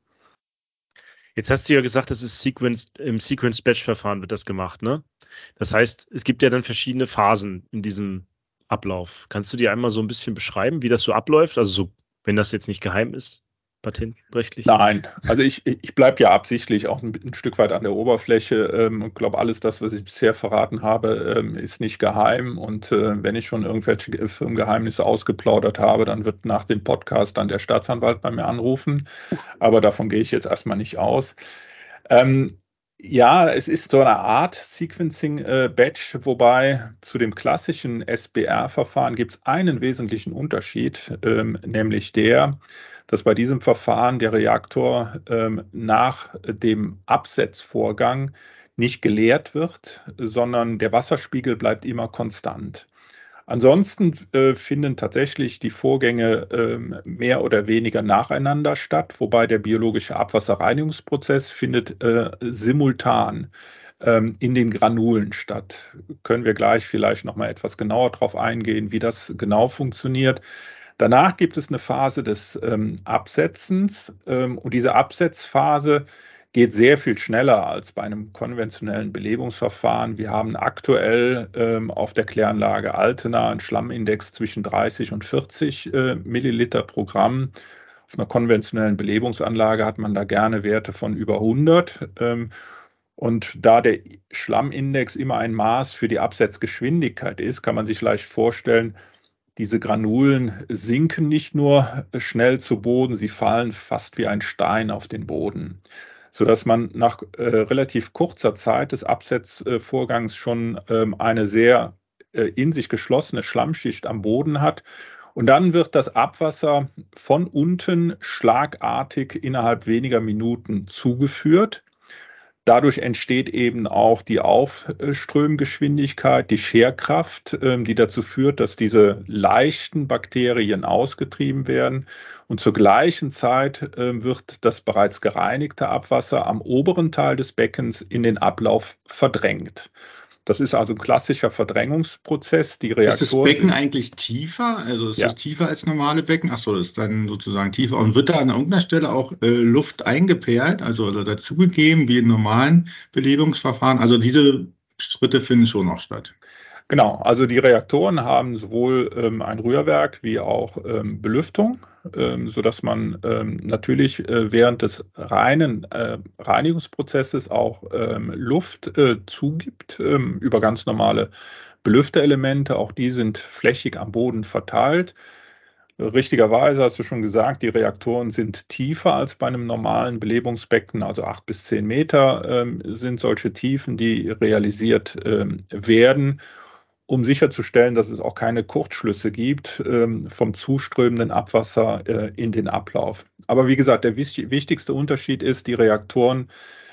Jetzt hast du ja gesagt, das ist Sequence, im Sequence-Batch-Verfahren wird das gemacht, ne? Das heißt, es gibt ja dann verschiedene Phasen in diesem Ablauf. Kannst du dir einmal so ein bisschen beschreiben, wie das so abläuft? Also so, wenn das jetzt nicht geheim ist, patentrechtlich? Nein, also ich, ich bleibe ja absichtlich auch ein, ein Stück weit an der Oberfläche. Ähm, ich glaube, alles das, was ich bisher verraten habe, ähm, ist nicht geheim. Und äh, wenn ich schon irgendwelche Firmengeheimnisse ausgeplaudert habe, dann wird nach dem Podcast dann der Staatsanwalt bei mir anrufen. Aber davon gehe ich jetzt erstmal nicht aus. Ähm, ja, es ist so eine Art Sequencing-Batch, äh, wobei zu dem klassischen S B R-Verfahren gibt es einen wesentlichen Unterschied, ähm, nämlich der, dass bei diesem Verfahren der Reaktor ähm, nach dem Absetzvorgang nicht geleert wird, sondern der Wasserspiegel bleibt immer konstant. Ansonsten äh, finden tatsächlich die Vorgänge ähm, mehr oder weniger nacheinander statt, wobei der biologische Abwasserreinigungsprozess findet äh, simultan ähm, in den Granulen statt. Können wir gleich vielleicht noch mal etwas genauer darauf eingehen, wie das genau funktioniert. Danach gibt es eine Phase des ähm, Absetzens ähm, und diese Absetzphase geht sehr viel schneller als bei einem konventionellen Belebungsverfahren. Wir haben aktuell ähm, auf der Kläranlage Altena einen Schlammindex zwischen dreißig und vierzig äh, Milliliter pro Gramm. Auf einer konventionellen Belebungsanlage hat man da gerne Werte von über hundert. Ähm, und da der Schlammindex immer ein Maß für die Absetzgeschwindigkeit ist, kann man sich leicht vorstellen, diese Granulen sinken nicht nur schnell zu Boden, sie fallen fast wie ein Stein auf den Boden, sodass man nach äh, relativ kurzer Zeit des Absetzvorgangs schon ähm, eine sehr äh, in sich geschlossene Schlammschicht am Boden hat. Und dann wird das Abwasser von unten schlagartig innerhalb weniger Minuten zugeführt. Dadurch entsteht eben auch die Aufströmgeschwindigkeit, die Scherkraft, ähm, die dazu führt, dass diese leichten Bakterien ausgetrieben werden. Und zur gleichen Zeit ähm, wird das bereits gereinigte Abwasser am oberen Teil des Beckens in den Ablauf verdrängt. Das ist also ein klassischer Verdrängungsprozess. Die Reaktoren ist das Becken sind, eigentlich tiefer? Also ist ja, das tiefer als normale Becken? Ach so, das ist dann sozusagen tiefer. Und wird da an irgendeiner Stelle auch äh, Luft eingeperlt, also, also dazugegeben, wie in normalen Belebungsverfahren? Also diese Schritte finden schon noch statt. genau. Also die Reaktoren haben sowohl ähm, ein Rührwerk wie auch ähm, Belüftung, ähm, sodass man ähm, natürlich äh, während des reinen äh, Reinigungsprozesses auch ähm, Luft äh, zugibt ähm, über ganz normale Belüfterelemente. Auch die sind flächig am Boden verteilt. Richtigerweise hast du schon gesagt, die Reaktoren sind tiefer als bei einem normalen Belebungsbecken, also acht bis zehn Meter ähm, sind solche Tiefen, die realisiert ähm, werden, um sicherzustellen, dass es auch keine Kurzschlüsse gibt ähm, vom zuströmenden Abwasser äh, in den Ablauf. Aber wie gesagt, der wichtig, wichtigste Unterschied ist, die Reaktoren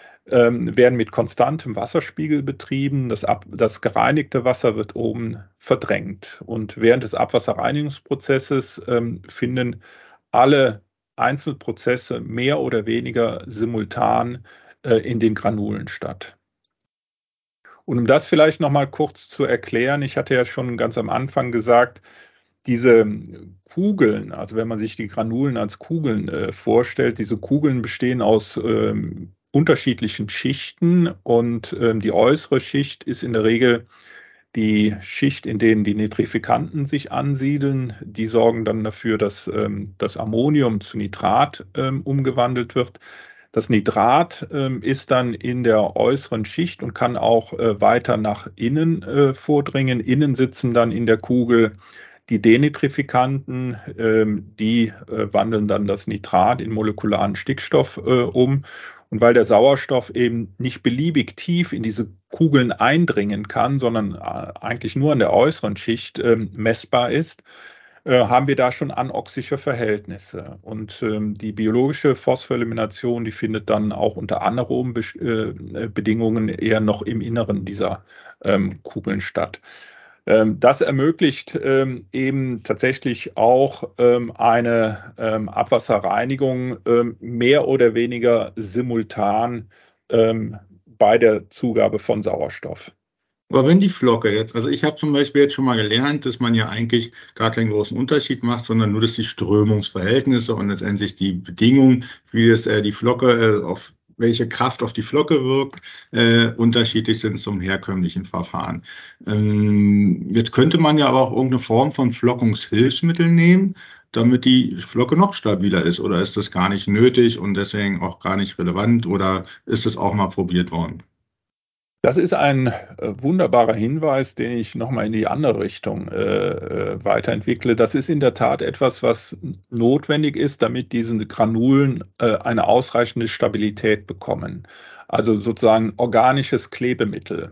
ähm, werden mit konstantem Wasserspiegel betrieben. Das, ab, das gereinigte Wasser wird oben verdrängt. Und während des Abwasserreinigungsprozesses ähm, finden alle Einzelprozesse mehr oder weniger simultan äh, in den Granulen statt. Und um das vielleicht noch mal kurz zu erklären, ich hatte ja schon ganz am Anfang gesagt, diese Kugeln, also wenn man sich die Granulen als Kugeln äh, vorstellt, diese Kugeln bestehen aus ähm, unterschiedlichen Schichten und ähm, die äußere Schicht ist in der Regel die Schicht, in denen die Nitrifikanten sich ansiedeln. Die sorgen dann dafür, dass ähm, das Ammonium zu Nitrat ähm, umgewandelt wird. Das Nitrat ähm, ist dann in der äußeren Schicht und kann auch äh, weiter nach innen äh, vordringen. Innen sitzen dann in der Kugel die Denitrifikanten, ähm, die äh, wandeln dann das Nitrat in molekularen Stickstoff äh, um. Und weil der Sauerstoff eben nicht beliebig tief in diese Kugeln eindringen kann, sondern äh, eigentlich nur an der äußeren Schicht äh, messbar ist, äh, haben wir da schon anoxische Verhältnisse. Und ähm, die biologische Phosphorelimination, die findet dann auch unter anaeroben Be äh, Bedingungen eher noch im Inneren dieser ähm, Kugeln statt. Ähm, das ermöglicht ähm, eben tatsächlich auch ähm, eine ähm, Abwasserreinigung ähm, mehr oder weniger simultan ähm, bei der Zugabe von Sauerstoff. Aber wenn die Flocke jetzt, also ich habe zum Beispiel jetzt schon mal gelernt, dass man ja eigentlich gar keinen großen Unterschied macht, sondern nur, dass die Strömungsverhältnisse und letztendlich die Bedingungen, wie das äh, die Flocke äh, auf welche Kraft auf die Flocke wirkt, äh, unterschiedlich sind zum herkömmlichen Verfahren. Ähm, jetzt könnte man ja aber auch irgendeine Form von Flockungshilfsmittel nehmen, damit die Flocke noch stabiler ist. Oder ist das gar nicht nötig und deswegen auch gar nicht relevant? Oder ist das auch mal probiert worden? Das ist ein äh, wunderbarer Hinweis, den ich nochmal in die andere Richtung äh, äh, weiterentwickle. Das ist in der Tat etwas, was notwendig ist, damit diese Granulen äh, eine ausreichende Stabilität bekommen. Also sozusagen organisches Klebemittel,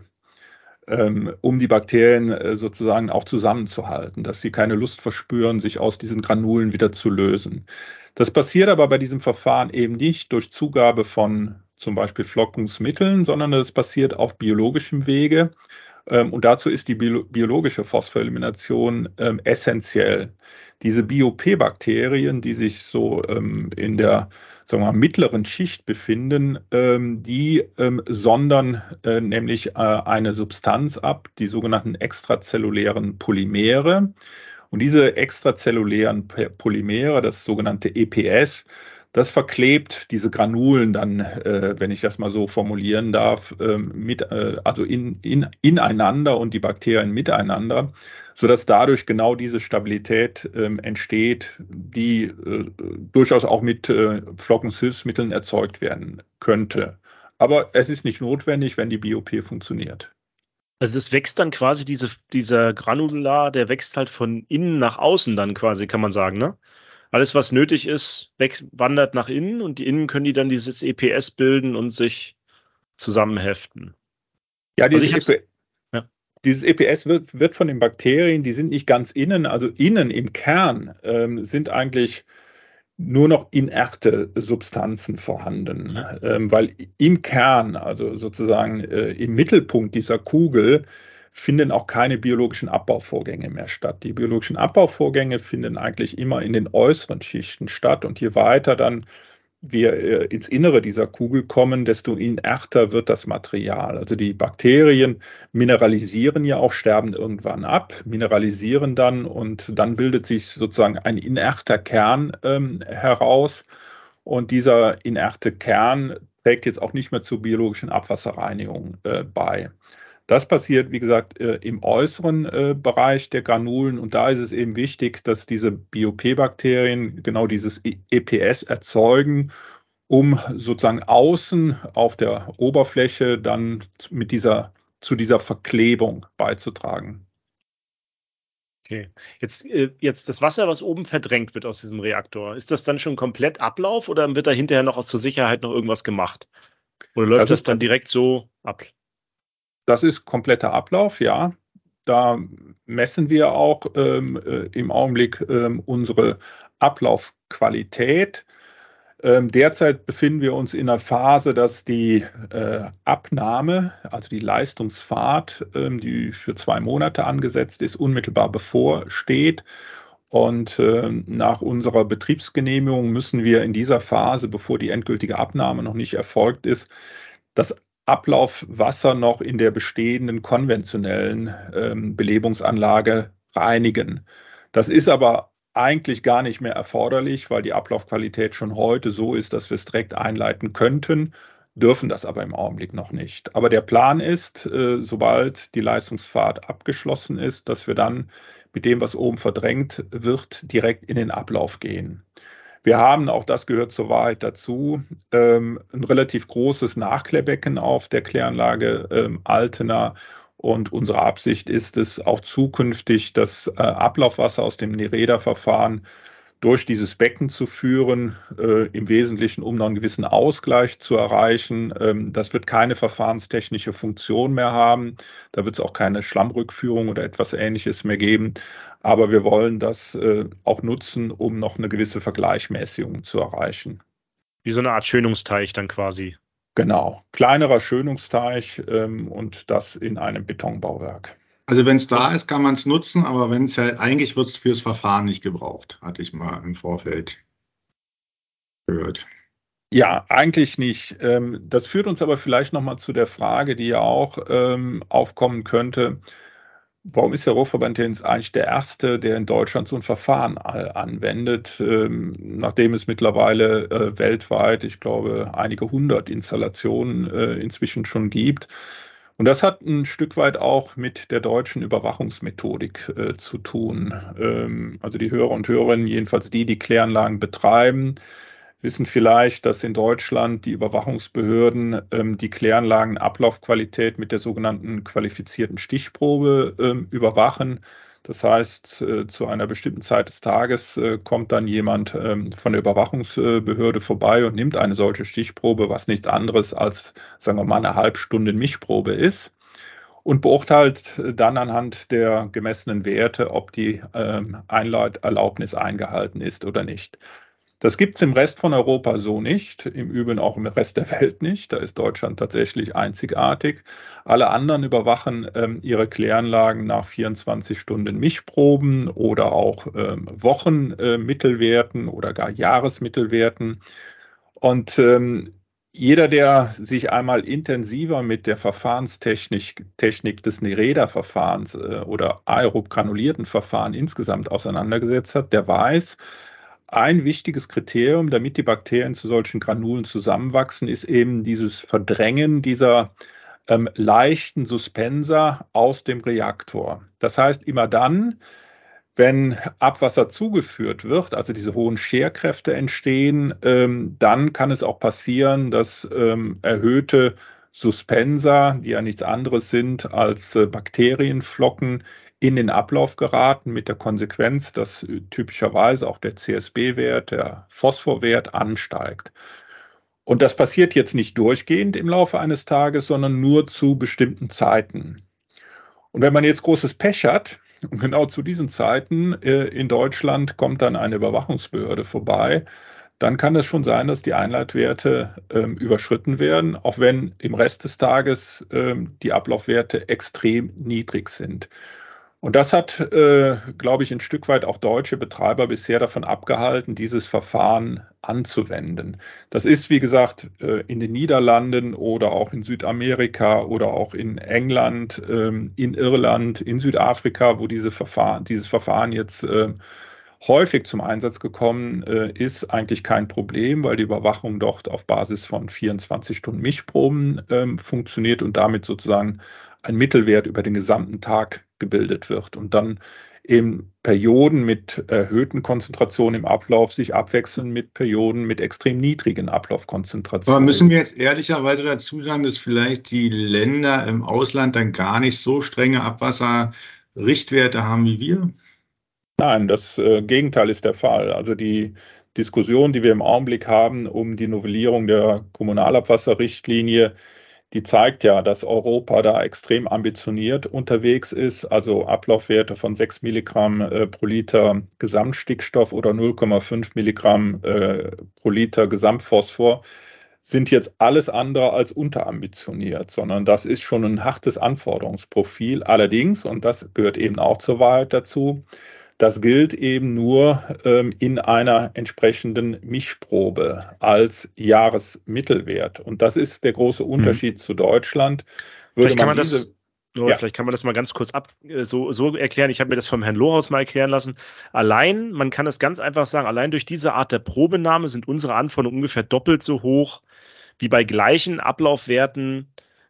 ähm, um die Bakterien äh, sozusagen auch zusammenzuhalten, dass sie keine Lust verspüren, sich aus diesen Granulen wieder zu lösen. Das passiert aber bei diesem Verfahren eben nicht durch Zugabe von zum Beispiel Flockungsmitteln, sondern es passiert auf biologischem Wege. Ähm, und dazu ist die bio biologische Phosphorelimination ähm, essentiell. Diese B O P-Bakterien, die sich so ähm, in der, sagen wir mal, mittleren Schicht befinden, ähm, die ähm, sondern äh, nämlich äh, eine Substanz ab, die sogenannten extrazellulären Polymere. Und diese extrazellulären Polymere, das sogenannte E P S, das verklebt diese Granulen dann, äh, wenn ich das mal so formulieren darf, äh, mit, äh, also in, in, ineinander und die Bakterien miteinander, sodass dadurch genau diese Stabilität äh, entsteht, die äh, durchaus auch mit äh, Flockungshilfsmitteln erzeugt werden könnte. Aber es ist nicht notwendig, wenn die B O P funktioniert. Also es wächst dann quasi diese, dieser Granular, der wächst halt von innen nach außen dann quasi, kann man sagen, ne? Alles, was nötig ist, weg, wandert nach innen und die Innen können die dann dieses E P S bilden und sich zusammenheften. Ja, Also dieses, ich hab's, E P, ja. dieses E P S wird, wird von den Bakterien, die sind nicht ganz innen, also innen im Kern ähm, sind eigentlich nur noch inerte Substanzen vorhanden, Mhm. ähm, weil im Kern, also sozusagen äh, im Mittelpunkt dieser Kugel, finden auch keine biologischen Abbauvorgänge mehr statt. Die biologischen Abbauvorgänge finden eigentlich immer in den äußeren Schichten statt und je weiter dann wir äh, ins Innere dieser Kugel kommen, desto inerter wird das Material. Also die Bakterien mineralisieren ja auch, sterben irgendwann ab, mineralisieren dann und dann bildet sich sozusagen ein inerter Kern ähm, heraus. Und dieser inerte Kern trägt jetzt auch nicht mehr zur biologischen Abwasserreinigung äh, bei. Das passiert, wie gesagt, äh, im äußeren äh, Bereich der Granulen und da ist es eben wichtig, dass diese B O P-Bakterien genau dieses E P S erzeugen, um sozusagen außen auf der Oberfläche dann mit dieser, zu dieser Verklebung beizutragen. Okay. Jetzt, äh, jetzt das Wasser, was oben verdrängt wird aus diesem Reaktor, ist das dann schon komplett Ablauf oder wird da hinterher noch aus zur Sicherheit noch irgendwas gemacht? Oder läuft Das das ist dann direkt so ab? Das ist kompletter Ablauf, ja. Da messen wir auch ähm, äh, im Augenblick ähm, unsere Ablaufqualität. Ähm, derzeit befinden wir uns in einer Phase, dass die äh, Abnahme, also die Leistungsfahrt, ähm, die für zwei Monate angesetzt ist, unmittelbar bevorsteht. Und äh, nach unserer Betriebsgenehmigung müssen wir in dieser Phase, bevor die endgültige Abnahme noch nicht erfolgt ist, das Ablaufwasser noch in der bestehenden konventionellen ähm, Belebungsanlage reinigen. Das ist aber eigentlich gar nicht mehr erforderlich, weil die Ablaufqualität schon heute so ist, dass wir es direkt einleiten könnten, dürfen das aber im Augenblick noch nicht. Aber der Plan ist, äh, sobald die Leistungsfahrt abgeschlossen ist, dass wir dann mit dem, was oben verdrängt wird, direkt in den Ablauf gehen. Wir haben, auch das gehört zur Wahrheit dazu, ähm, ein relativ großes Nachklärbecken auf der Kläranlage ähm, Altena. Und unsere Absicht ist es, auch zukünftig das äh, Ablaufwasser aus dem Nereda-Verfahren durch dieses Becken zu führen, äh, im Wesentlichen, um noch einen gewissen Ausgleich zu erreichen. Ähm, das wird keine verfahrenstechnische Funktion mehr haben. Da wird es auch keine Schlammrückführung oder etwas Ähnliches mehr geben. Aber wir wollen das äh, auch nutzen, um noch eine gewisse Vergleichmäßigung zu erreichen. Wie so eine Art Schönungsteich dann quasi. Genau, kleinerer Schönungsteich ähm, und das in einem Betonbauwerk. Also wenn es da ist, kann man es nutzen, aber wenn es halt, eigentlich wird es fürs Verfahren nicht gebraucht, hatte ich mal im Vorfeld gehört. Ja, eigentlich nicht. Ähm, das führt uns aber vielleicht nochmal zu der Frage, die ja auch ähm, aufkommen könnte. Warum ist der Rohrverband jetzt eigentlich der Erste, der in Deutschland so ein Verfahren äh, anwendet, ähm, nachdem es mittlerweile äh, weltweit, ich glaube, einige hundert Installationen äh, inzwischen schon gibt? Und das hat ein Stück weit auch mit der deutschen Überwachungsmethodik äh, zu tun. Ähm, also die Hörer und Hörerinnen, jedenfalls die, die Kläranlagen betreiben, wissen vielleicht, dass in Deutschland die Überwachungsbehörden ähm, die Kläranlagenablaufqualität mit der sogenannten qualifizierten Stichprobe ähm, überwachen. Das heißt, äh, zu einer bestimmten Zeit des Tages äh, kommt dann jemand ähm, von der Überwachungsbehörde vorbei und nimmt eine solche Stichprobe, was nichts anderes als, sagen wir mal, eine Halbstunden Mischprobe ist und beurteilt dann anhand der gemessenen Werte, ob die ähm, Einleiterlaubnis eingehalten ist oder nicht. Das gibt es im Rest von Europa so nicht, im Übrigen auch im Rest der Welt nicht. Da ist Deutschland tatsächlich einzigartig. Alle anderen überwachen ähm, ihre Kläranlagen nach vierundzwanzig Stunden Mischproben oder auch ähm, Wochenmittelwerten äh, oder gar Jahresmittelwerten. Und ähm, jeder, der sich einmal intensiver mit der Verfahrenstechnik Technik des Nereda-Verfahrens äh, oder aerob granulierten Verfahren insgesamt auseinandergesetzt hat, der weiß, ein wichtiges Kriterium, damit die Bakterien zu solchen Granulen zusammenwachsen, ist eben dieses Verdrängen dieser ähm, leichten Suspenser aus dem Reaktor. Das heißt, immer dann, wenn Abwasser zugeführt wird, also diese hohen Scherkräfte entstehen, ähm, dann kann es auch passieren, dass ähm, erhöhte Suspenser, die ja nichts anderes sind als äh, Bakterienflocken, in den Ablauf geraten, mit der Konsequenz, dass typischerweise auch der C S B-Wert, der Phosphorwert ansteigt. Und das passiert jetzt nicht durchgehend im Laufe eines Tages, sondern nur zu bestimmten Zeiten. Und wenn man jetzt großes Pech hat, und genau zu diesen Zeiten äh, in Deutschland kommt dann eine Überwachungsbehörde vorbei, dann kann es schon sein, dass die Einleitwerte ähm, überschritten werden, auch wenn im Rest des Tages ähm, die Ablaufwerte extrem niedrig sind. Und das hat, äh, glaube ich, ein Stück weit auch deutsche Betreiber bisher davon abgehalten, dieses Verfahren anzuwenden. Das ist, wie gesagt, äh, in den Niederlanden oder auch in Südamerika oder auch in England, ähm, in Irland, in Südafrika, wo diese Verfahren, dieses Verfahren jetzt äh, häufig zum Einsatz gekommen äh, ist, eigentlich kein Problem, weil die Überwachung dort auf Basis von vierundzwanzig Stunden Mischproben ähm, funktioniert und damit sozusagen ein Mittelwert über den gesamten Tag gebildet wird und dann eben Perioden mit erhöhten Konzentrationen im Ablauf sich abwechseln mit Perioden mit extrem niedrigen Ablaufkonzentrationen. Aber müssen wir jetzt ehrlicherweise dazu sagen, dass vielleicht die Länder im Ausland dann gar nicht so strenge Abwasserrichtwerte haben wie wir? Nein, das äh, Gegenteil ist der Fall. Also die Diskussion, die wir im Augenblick haben um die Novellierung der Kommunalabwasserrichtlinie, die zeigt ja, dass Europa da extrem ambitioniert unterwegs ist. Also Ablaufwerte von sechs Milligramm äh, pro Liter Gesamtstickstoff oder null Komma fünf Milligramm äh, pro Liter Gesamtphosphor sind jetzt alles andere als unterambitioniert, sondern das ist schon ein hartes Anforderungsprofil. Allerdings, und das gehört eben auch zur Wahrheit dazu, das gilt eben nur ähm, in einer entsprechenden Mischprobe als Jahresmittelwert. Und das ist der große Unterschied mhm. zu Deutschland. Würde vielleicht, man kann man diese, das, oh, ja. vielleicht kann man das mal ganz kurz ab, so, so erklären. Ich habe mir das vom Herrn Lohaus mal erklären lassen. Allein, man kann es ganz einfach sagen, allein durch diese Art der Probenahme sind unsere Anforderungen ungefähr doppelt so hoch, wie bei gleichen Ablaufwerten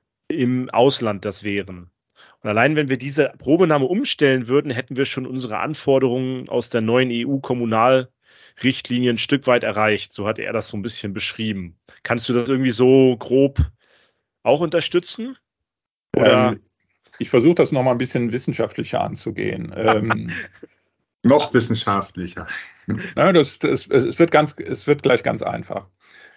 im Ausland das wären. Und allein wenn wir diese Probenahme umstellen würden, hätten wir schon unsere Anforderungen aus der neuen E U-Kommunalrichtlinie ein Stück weit erreicht. So hat er das so ein bisschen beschrieben. Kannst du das irgendwie so grob auch unterstützen? Oder? Ähm, ich versuche das nochmal ein bisschen wissenschaftlicher anzugehen. ähm, Noch wissenschaftlicher. Na, das, das, es, wird ganz, es wird gleich ganz einfach.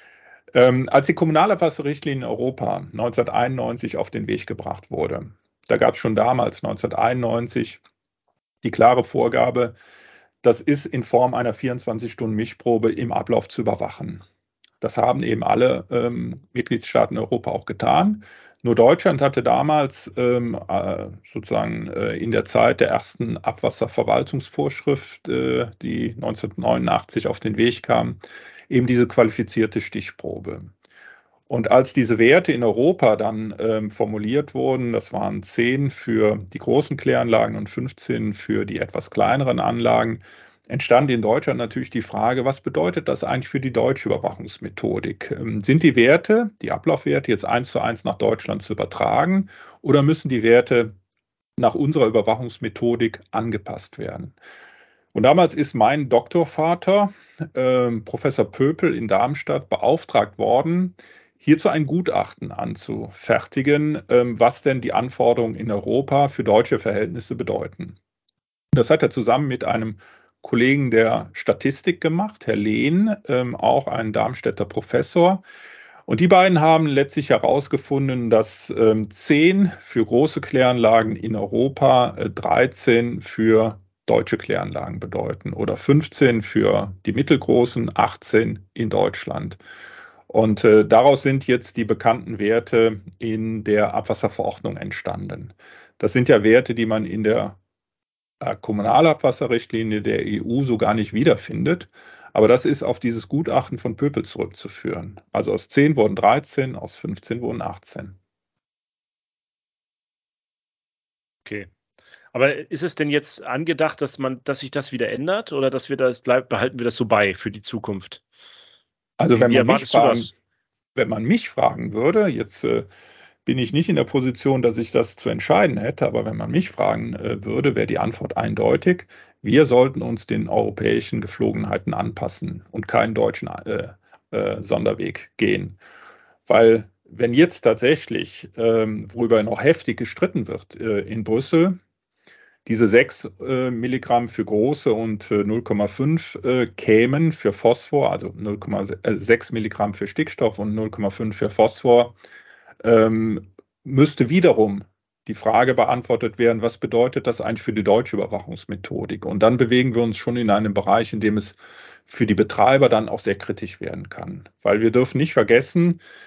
Ähm, als die Kommunalabwasserrichtlinie in Europa neunzehnhunderteinundneunzig auf den Weg gebracht wurde, da gab es schon damals, neunzehnhunderteinundneunzig, die klare Vorgabe, das ist in Form einer vierundzwanzig Stunden Mischprobe im Ablauf zu überwachen. Das haben eben alle ähm, Mitgliedstaaten in Europa auch getan. Nur Deutschland hatte damals ähm, äh, sozusagen äh, in der Zeit der ersten Abwasserverwaltungsvorschrift, äh, die neunzehnhundertneunundachtzig auf den Weg kam, eben diese qualifizierte Stichprobe. Und als diese Werte in Europa dann ähm, formuliert wurden, das waren zehn für die großen Kläranlagen und fünfzehn für die etwas kleineren Anlagen, entstand in Deutschland natürlich die Frage, was bedeutet das eigentlich für die deutsche Überwachungsmethodik? Ähm, sind die Werte, die Ablaufwerte jetzt eins zu eins nach Deutschland zu übertragen oder müssen die Werte nach unserer Überwachungsmethodik angepasst werden? Und damals ist mein Doktorvater, äh, Professor Pöpel in Darmstadt, beauftragt worden, hierzu ein Gutachten anzufertigen, ähm, was denn die Anforderungen in Europa für deutsche Verhältnisse bedeuten. Das hat er zusammen mit einem Kollegen der Statistik gemacht, Herr Lehn, ähm, auch ein Darmstädter Professor. Und die beiden haben letztlich herausgefunden, dass ähm, zehn für große Kläranlagen in Europa, äh, dreizehn für deutsche Kläranlagen bedeuten oder fünfzehn für die mittelgroßen, achtzehn in Deutschland. Und äh, daraus sind jetzt die bekannten Werte in der Abwasserverordnung entstanden. Das sind ja Werte, die man in der äh, Kommunalabwasserrichtlinie der E U so gar nicht wiederfindet. Aber das ist auf dieses Gutachten von Pöpel zurückzuführen. Also aus zehn wurden dreizehn, aus fünfzehn wurden achtzehn. Okay. Aber ist es denn jetzt angedacht, dass man, dass sich das wieder ändert oder dass wir das bleibt, behalten wir das so bei für die Zukunft? Also wenn man, mich fragen, wenn man mich fragen würde, jetzt äh, bin ich nicht in der Position, dass ich das zu entscheiden hätte, aber wenn man mich fragen äh, würde, wäre die Antwort eindeutig. Wir sollten uns den europäischen Geflogenheiten anpassen und keinen deutschen äh, äh, Sonderweg gehen. Weil wenn jetzt tatsächlich, ähm, worüber noch heftig gestritten wird äh, in Brüssel, diese sechs äh, Milligramm für große und äh, null Komma fünf äh, kämen für Phosphor, also null Komma sechs Milligramm für Stickstoff und null Komma fünf für Phosphor, ähm, müsste wiederum die Frage beantwortet werden, was bedeutet das eigentlich für die deutsche Überwachungsmethodik? Und dann bewegen wir uns schon in einem Bereich, in dem es für die Betreiber dann auch sehr kritisch werden kann. Weil wir dürfen nicht vergessen,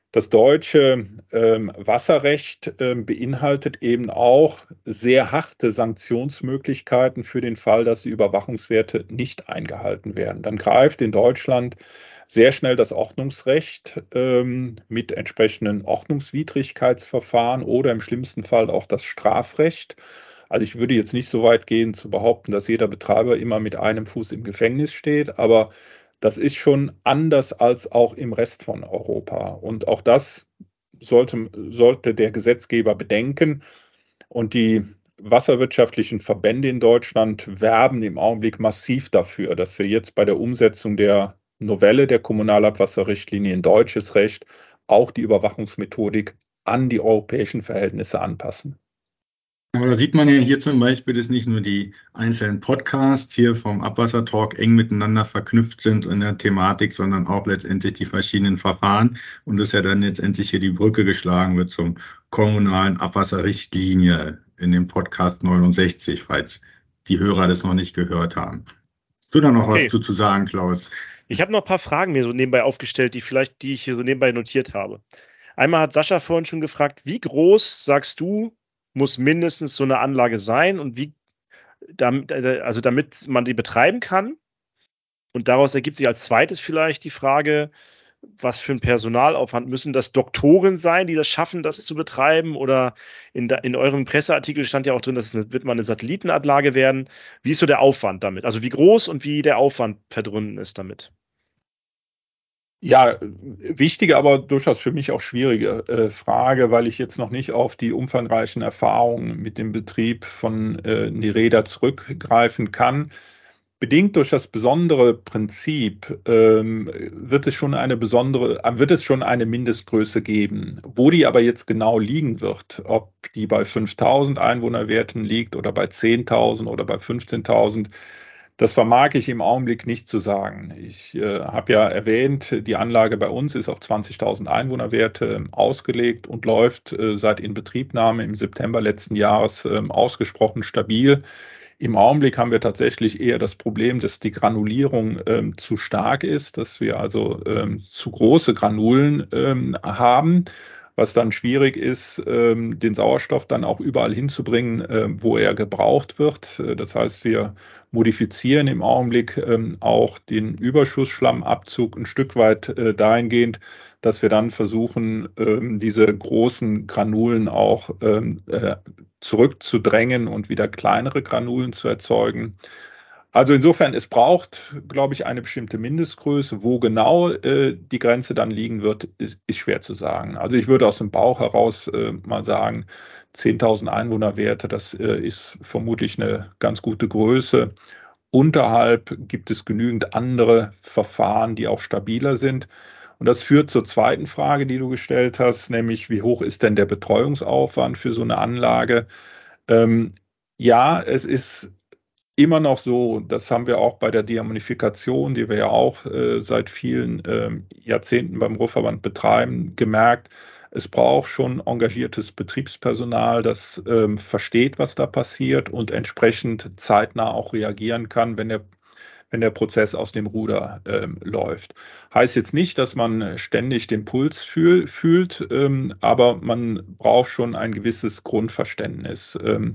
Das deutsche ähm, Wasserrecht ähm, beinhaltet eben auch sehr harte Sanktionsmöglichkeiten für den Fall, dass die Überwachungswerte nicht eingehalten werden. Dann greift in Deutschland sehr schnell das Ordnungsrecht ähm, mit entsprechenden Ordnungswidrigkeitsverfahren oder im schlimmsten Fall auch das Strafrecht. Also ich würde jetzt nicht so weit gehen zu behaupten, dass jeder Betreiber immer mit einem Fuß im Gefängnis steht, aber das ist schon anders als auch im Rest von Europa. Und auch das sollte, sollte der Gesetzgeber bedenken. Und die wasserwirtschaftlichen Verbände in Deutschland werben im Augenblick massiv dafür, dass wir jetzt bei der Umsetzung der Novelle der Kommunalabwasserrichtlinie in deutsches Recht auch die Überwachungsmethodik an die europäischen Verhältnisse anpassen. Aber da sieht man ja hier zum Beispiel, dass nicht nur die einzelnen Podcasts hier vom Abwassertalk eng miteinander verknüpft sind in der Thematik, sondern auch letztendlich die verschiedenen Verfahren und dass ja dann letztendlich hier die Brücke geschlagen wird zum kommunalen Abwasserrichtlinie in dem Podcast neunundsechzig, falls die Hörer das noch nicht gehört haben. Hast du da noch okay. was zu, zu sagen, Klaus? Ich habe noch ein paar Fragen mir so nebenbei aufgestellt, die vielleicht, die ich hier so nebenbei notiert habe. Einmal hat Sascha vorhin schon gefragt, wie groß, sagst du, muss mindestens so eine Anlage sein und wie, damit, also damit man die betreiben kann. Und daraus ergibt sich als zweites vielleicht die Frage, was für ein Personalaufwand müssen das Doktoren sein, die das schaffen, das zu betreiben? Oder in, da, in eurem Presseartikel stand ja auch drin, dass es eine, wird mal eine Satellitenanlage werden. Wie ist so der Aufwand damit? Also wie groß und wie der Aufwand verbunden ist damit? Ja, wichtige, aber durchaus für mich auch schwierige äh, Frage, weil ich jetzt noch nicht auf die umfangreichen Erfahrungen mit dem Betrieb von äh, Nereda zurückgreifen kann. Bedingt durch das besondere Prinzip ähm, wird es schon eine besondere, wird es schon eine Mindestgröße geben. Wo die aber jetzt genau liegen wird, ob die bei fünftausend Einwohnerwerten liegt oder bei zehntausend oder bei fünfzehntausend, das vermag ich im Augenblick nicht zu sagen. Ich äh, habe ja erwähnt, die Anlage bei uns ist auf zwanzigtausend Einwohnerwerte ausgelegt und läuft äh, seit Inbetriebnahme im September letzten Jahres äh, ausgesprochen stabil. Im Augenblick haben wir tatsächlich eher das Problem, dass die Granulierung ähm, zu stark ist, dass wir also ähm, zu große Granulen ähm, haben, was dann schwierig ist, ähm, den Sauerstoff dann auch überall hinzubringen, äh, wo er gebraucht wird. Das heißt, wir modifizieren im Augenblick ähm, auch den Überschussschlammabzug ein Stück weit äh, dahingehend, dass wir dann versuchen, ähm, diese großen Granulen auch ähm, äh, zurückzudrängen und wieder kleinere Granulen zu erzeugen. Also insofern, es braucht, glaube ich, eine bestimmte Mindestgröße. Wo genau äh, die Grenze dann liegen wird, ist, ist schwer zu sagen. Also ich würde aus dem Bauch heraus äh, mal sagen, zehntausend Einwohnerwerte, das äh, ist vermutlich eine ganz gute Größe. Unterhalb gibt es genügend andere Verfahren, die auch stabiler sind. Und das führt zur zweiten Frage, die du gestellt hast, nämlich wie hoch ist denn der Betreuungsaufwand für so eine Anlage? Ähm, ja, es ist immer noch so, das haben wir auch bei der Deammonifikation, die wir ja auch äh, seit vielen äh, Jahrzehnten beim Ruhrverband betreiben, gemerkt, es braucht schon engagiertes Betriebspersonal, das ähm, versteht, was da passiert und entsprechend zeitnah auch reagieren kann, wenn der wenn der Prozess aus dem Ruder ähm, läuft. Heißt jetzt nicht, dass man ständig den Puls fühl, fühlt, ähm, aber man braucht schon ein gewisses Grundverständnis. Ähm,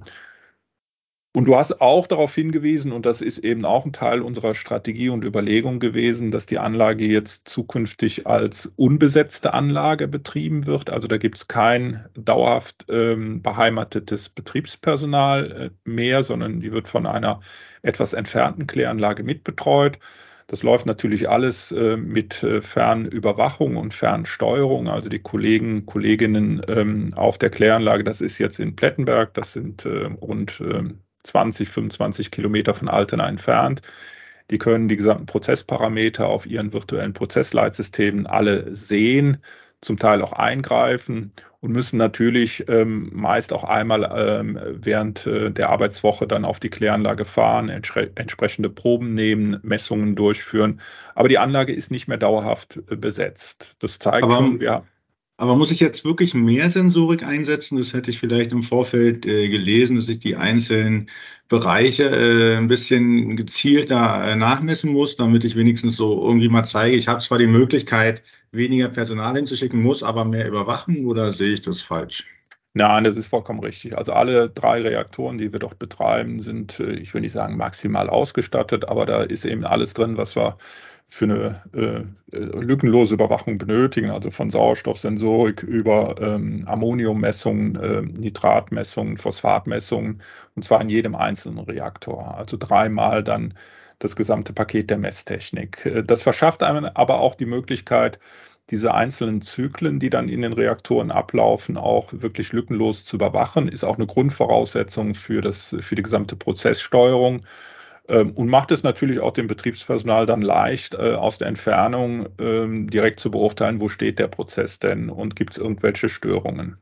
Und du hast auch darauf hingewiesen, und das ist eben auch ein Teil unserer Strategie und Überlegung gewesen, dass die Anlage jetzt zukünftig als unbesetzte Anlage betrieben wird. Also da gibt es kein dauerhaft ähm, beheimatetes Betriebspersonal äh, mehr, sondern die wird von einer etwas entfernten Kläranlage mitbetreut. Das läuft natürlich alles äh, mit äh, Fernüberwachung und Fernsteuerung. Also die Kollegen, Kolleginnen ähm, auf der Kläranlage, das ist jetzt in Plettenberg, das sind äh, rund äh, zwanzig, fünfundzwanzig Kilometer von Altena entfernt. Die können die gesamten Prozessparameter auf ihren virtuellen Prozessleitsystemen alle sehen, zum Teil auch eingreifen und müssen natürlich ähm, meist auch einmal ähm, während äh, der Arbeitswoche dann auf die Kläranlage fahren, entspre- entsprechende Proben nehmen, Messungen durchführen. Aber die Anlage ist nicht mehr dauerhaft äh, besetzt. Das zeigt Aber schon, wir Aber muss ich jetzt wirklich mehr Sensorik einsetzen? Das hätte ich vielleicht im Vorfeld äh, gelesen, dass ich die einzelnen Bereiche äh, ein bisschen gezielter äh, nachmessen muss, damit ich wenigstens so irgendwie mal zeige, ich habe zwar die Möglichkeit, weniger Personal hinzuschicken, muss aber mehr überwachen, oder sehe ich das falsch? Nein, das ist vollkommen richtig. Also alle drei Reaktoren, die wir dort betreiben, sind, äh, ich will nicht sagen maximal ausgestattet, aber da ist eben alles drin, was wir für eine äh, äh, lückenlose Überwachung benötigen, also von Sauerstoffsensorik über ähm, Ammoniummessungen, äh, Nitratmessungen, Phosphatmessungen, und zwar in jedem einzelnen Reaktor. Also dreimal dann das gesamte Paket der Messtechnik. Äh, Das verschafft einem aber auch die Möglichkeit, diese einzelnen Zyklen, die dann in den Reaktoren ablaufen, auch wirklich lückenlos zu überwachen, ist auch eine Grundvoraussetzung für das, für die gesamte Prozesssteuerung, ähm, und macht es natürlich auch dem Betriebspersonal dann leicht, äh, aus der Entfernung ähm, direkt zu beurteilen, wo steht der Prozess denn und gibt es irgendwelche Störungen.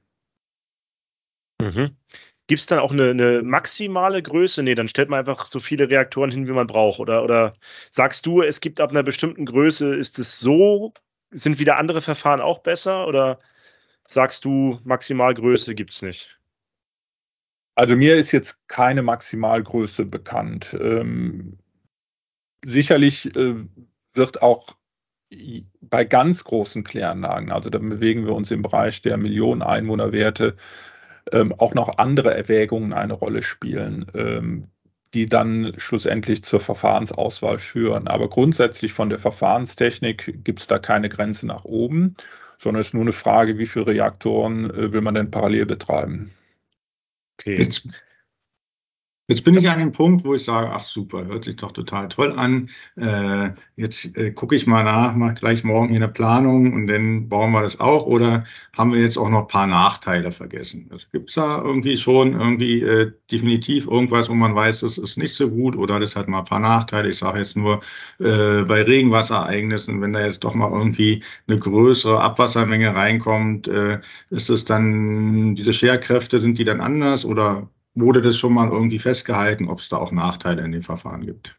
Mhm. Gibt es dann auch eine, eine maximale Größe? Nee, dann stellt man einfach so viele Reaktoren hin, wie man braucht. Oder, oder sagst du, es gibt ab einer bestimmten Größe, ist es so, sind wieder andere Verfahren auch besser? Oder sagst du, Maximalgröße gibt es nicht? Also mir ist jetzt keine Maximalgröße bekannt. Ähm, sicherlich äh, wird auch bei ganz großen Kläranlagen, also da bewegen wir uns im Bereich der Millionen Einwohnerwerte, ähm, auch noch andere Erwägungen eine Rolle spielen, ähm, die dann schlussendlich zur Verfahrensauswahl führen. Aber grundsätzlich von der Verfahrenstechnik gibt es da keine Grenze nach oben, sondern es ist nur eine Frage, wie viele Reaktoren äh, will man denn parallel betreiben. Okay. Jetzt Jetzt bin ich an dem Punkt, wo ich sage, ach super, hört sich doch total toll an. Äh, jetzt äh, gucke ich mal nach, mache gleich morgen hier eine Planung und dann bauen wir das auch. Oder haben wir jetzt auch noch ein paar Nachteile vergessen? Also gibt es da irgendwie schon irgendwie äh, definitiv irgendwas, wo man weiß, das ist nicht so gut oder das hat mal ein paar Nachteile? Ich sage jetzt nur äh, bei Regenwasserereignissen, wenn da jetzt doch mal irgendwie eine größere Abwassermenge reinkommt, äh, ist das dann, diese Scherkräfte, sind die dann anders oder wurde das schon mal irgendwie festgehalten, ob es da auch Nachteile in dem Verfahren gibt?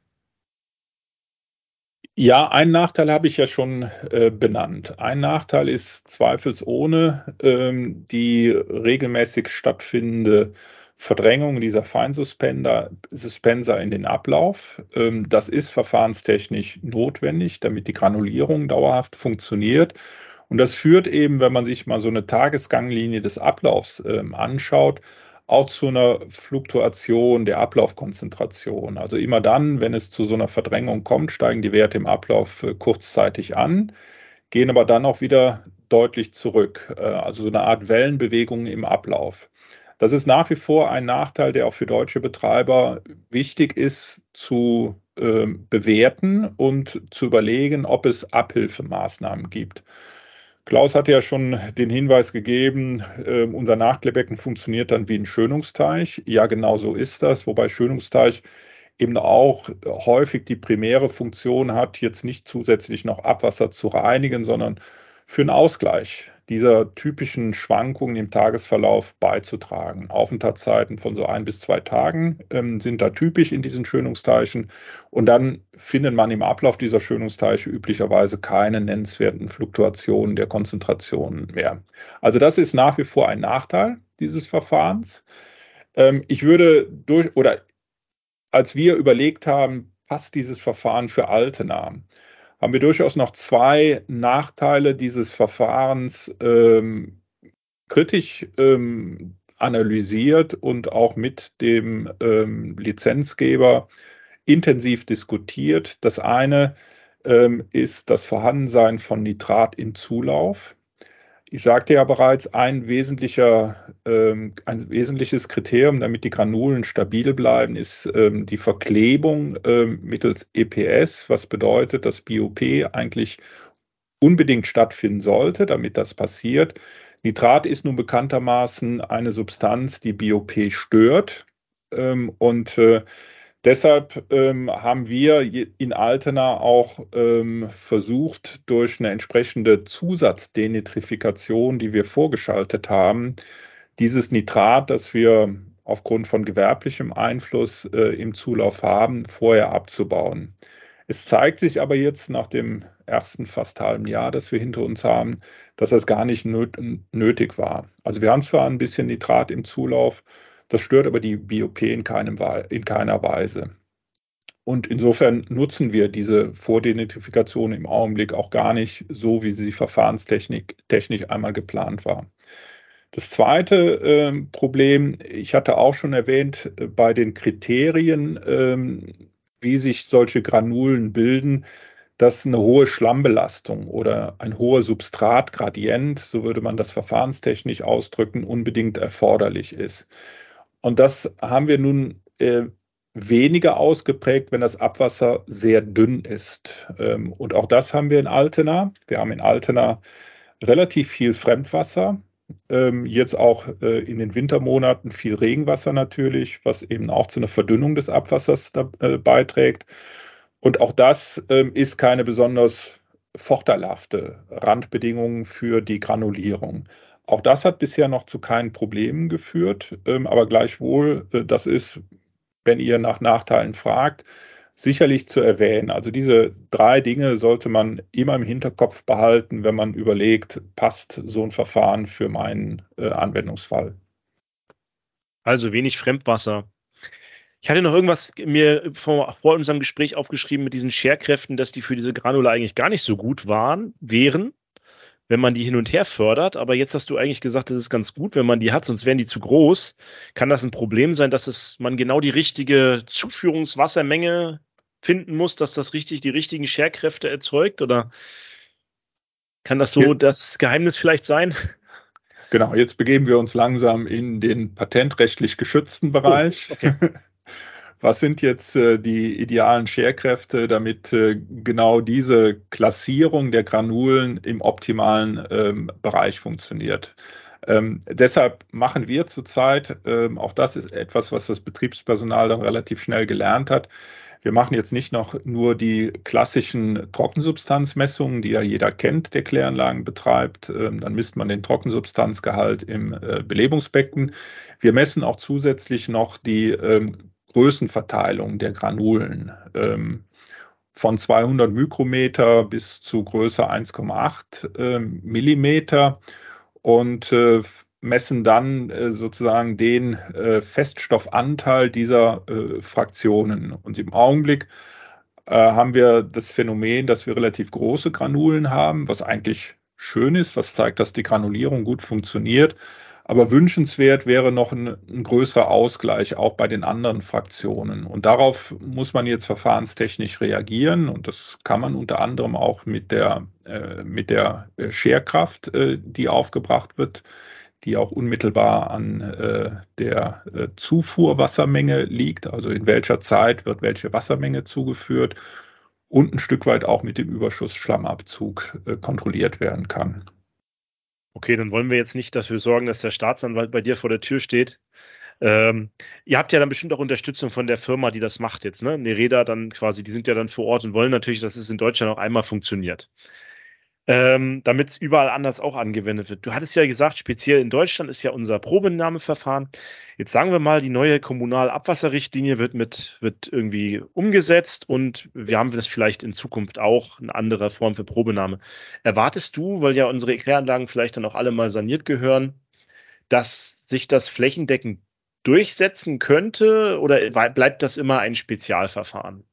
Ja, einen Nachteil habe ich ja schon äh, benannt. Ein Nachteil ist zweifelsohne ähm, die regelmäßig stattfindende Verdrängung dieser Feinsuspenser Suspenser in den Ablauf. Ähm, das ist verfahrenstechnisch notwendig, damit die Granulierung dauerhaft funktioniert. Und das führt eben, wenn man sich mal so eine Tagesganglinie des Ablaufs ähm, anschaut, auch zu einer Fluktuation der Ablaufkonzentration. Also immer dann, wenn es zu so einer Verdrängung kommt, steigen die Werte im Ablauf äh, kurzzeitig an, gehen aber dann auch wieder deutlich zurück. Äh, also so eine Art Wellenbewegung im Ablauf. Das ist nach wie vor ein Nachteil, der auch für deutsche Betreiber wichtig ist zu äh, bewerten und zu überlegen, ob es Abhilfemaßnahmen gibt. Klaus hat ja schon den Hinweis gegeben, äh, unser Nachklebecken funktioniert dann wie ein Schönungsteich. Ja, genau so ist das, wobei Schönungsteich eben auch häufig die primäre Funktion hat, jetzt nicht zusätzlich noch Abwasser zu reinigen, sondern für einen Ausgleich dieser typischen Schwankungen im Tagesverlauf beizutragen. Aufenthaltszeiten von so ein bis zwei Tagen ähm, sind da typisch in diesen Schönungsteichen. Und dann findet man im Ablauf dieser Schönungsteiche üblicherweise keine nennenswerten Fluktuationen der Konzentrationen mehr. Also das ist nach wie vor ein Nachteil dieses Verfahrens. Ähm, ich würde durch, oder als wir überlegt haben, passt dieses Verfahren für Altena, haben wir durchaus noch zwei Nachteile dieses Verfahrens ähm, kritisch ähm, analysiert und auch mit dem ähm, Lizenzgeber intensiv diskutiert. Das eine ähm, ist das Vorhandensein von Nitrat im Zulauf. Ich sagte ja bereits, ein wesentlicher, ähm, ein wesentliches Kriterium, damit die Granulen stabil bleiben, ist ähm, die Verklebung ähm, mittels E P S, was bedeutet, dass B O P eigentlich unbedingt stattfinden sollte, damit das passiert. Nitrat ist nun bekanntermaßen eine Substanz, die B O P stört. Ähm, und äh, Deshalb ähm, haben wir in Altena auch ähm, versucht, durch eine entsprechende Zusatzdenitrifikation, die wir vorgeschaltet haben, dieses Nitrat, das wir aufgrund von gewerblichem Einfluss äh, im Zulauf haben, vorher abzubauen. Es zeigt sich aber jetzt nach dem ersten fast halben Jahr, das wir hinter uns haben, dass das gar nicht nötig war. Also wir haben zwar ein bisschen Nitrat im Zulauf, das stört aber die B O P in, keinem, in keiner Weise. Und insofern nutzen wir diese Vordenitrifikation im Augenblick auch gar nicht so, wie sie verfahrenstechnisch technisch einmal geplant war. Das zweite äh, Problem, ich hatte auch schon erwähnt, äh, bei den Kriterien, äh, wie sich solche Granulen bilden, dass eine hohe Schlammbelastung oder ein hoher Substratgradient, so würde man das verfahrenstechnisch ausdrücken, unbedingt erforderlich ist. Und das haben wir nun äh, weniger ausgeprägt, wenn das Abwasser sehr dünn ist. Ähm, und auch das haben wir in Altena. Wir haben in Altena relativ viel Fremdwasser. Ähm, jetzt auch äh, in den Wintermonaten viel Regenwasser natürlich, was eben auch zu einer Verdünnung des Abwassers da, äh, beiträgt. Und auch das ähm, ist keine besonders vorteilhafte Randbedingung für die Granulierung. Auch das hat bisher noch zu keinen Problemen geführt, ähm, aber gleichwohl, äh, das ist, wenn ihr nach Nachteilen fragt, sicherlich zu erwähnen. Also diese drei Dinge sollte man immer im Hinterkopf behalten, wenn man überlegt, passt so ein Verfahren für meinen äh, Anwendungsfall. Also wenig Fremdwasser. Ich hatte noch irgendwas mir vor, vor unserem Gespräch aufgeschrieben mit diesen Scherkräften, dass die für diese Granula eigentlich gar nicht so gut waren, wären, wenn man die hin und her fördert. Aber jetzt hast du eigentlich gesagt, das ist ganz gut, wenn man die hat, sonst wären die zu groß. Kann das ein Problem sein, dass es, man genau die richtige Zuführungswassermenge finden muss, dass das richtig die richtigen Scherkräfte erzeugt? Oder kann das so Jetzt, das Geheimnis vielleicht sein? genau, jetzt begeben wir uns langsam in den patentrechtlich geschützten Bereich. Oh, okay. Was sind jetzt äh, die idealen Scherkräfte, damit äh, genau diese Klassierung der Granulen im optimalen ähm, Bereich funktioniert? Ähm, deshalb machen wir zurzeit, ähm, auch das ist etwas, was das Betriebspersonal dann relativ schnell gelernt hat. Wir machen jetzt nicht noch nur die klassischen Trockensubstanzmessungen, die ja jeder kennt, der Kläranlagen betreibt. Ähm, dann misst man den Trockensubstanzgehalt im äh, Belebungsbecken. Wir messen auch zusätzlich noch die ähm, Größenverteilung der Granulen ähm, von zweihundert Mikrometer bis zu Größe eins Komma acht äh, Millimeter und äh, messen dann äh, sozusagen den äh, Feststoffanteil dieser äh, Fraktionen. Und im Augenblick äh, haben wir das Phänomen, dass wir relativ große Granulen haben, was eigentlich schön ist, was zeigt, dass die Granulierung gut funktioniert. Aber wünschenswert wäre noch ein, ein größerer Ausgleich auch bei den anderen Fraktionen. Und darauf muss man jetzt verfahrenstechnisch reagieren. Und das kann man unter anderem auch mit der, äh, mit der Scherkraft, äh, die aufgebracht wird, die auch unmittelbar an äh, der äh, Zufuhrwassermenge liegt. Also in welcher Zeit wird welche Wassermenge zugeführt und ein Stück weit auch mit dem Überschussschlammabzug äh, kontrolliert werden kann. Okay, dann wollen wir jetzt nicht dafür sorgen, dass der Staatsanwalt bei dir vor der Tür steht. Ähm, ihr habt ja dann bestimmt auch Unterstützung von der Firma, die das macht jetzt, ne? Nereda dann quasi, die sind ja dann vor Ort und wollen natürlich, dass es in Deutschland auch einmal funktioniert. Ähm, damit es überall anders auch angewendet wird. Du hattest ja gesagt, speziell in Deutschland ist ja unser Probenahmeverfahren. Jetzt sagen wir mal, die neue Kommunalabwasserrichtlinie wird mit, wird irgendwie umgesetzt und wir haben das vielleicht in Zukunft auch eine andere Form für Probenahme. Erwartest du, weil ja unsere Kläranlagen vielleicht dann auch alle mal saniert gehören, dass sich das flächendeckend durchsetzen könnte oder bleibt das immer ein Spezialverfahren?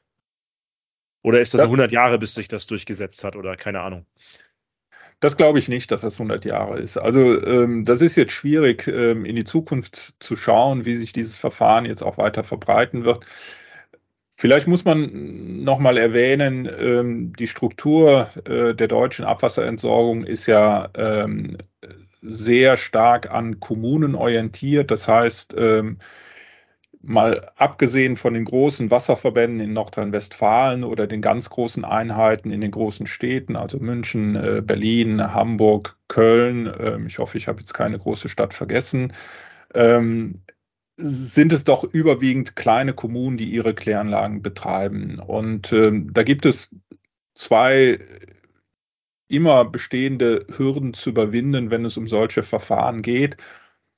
Oder ist das noch hundert Jahre, bis sich das durchgesetzt hat oder keine Ahnung? Das glaube ich nicht, dass das hundert Jahre ist. Also ähm, das ist jetzt schwierig, ähm, in die Zukunft zu schauen, wie sich dieses Verfahren jetzt auch weiter verbreiten wird. Vielleicht muss man nochmal erwähnen, ähm, die Struktur äh, der deutschen Abwasserentsorgung ist ja ähm, sehr stark an Kommunen orientiert. Das heißt, ähm, mal abgesehen von den großen Wasserverbänden in Nordrhein-Westfalen oder den ganz großen Einheiten in den großen Städten, also München, äh, Berlin, Hamburg, Köln, ähm, ich hoffe, ich habe jetzt keine große Stadt vergessen, ähm, sind es doch überwiegend kleine Kommunen, die ihre Kläranlagen betreiben. Und ähm, da gibt es zwei immer bestehende Hürden zu überwinden, wenn es um solche Verfahren geht.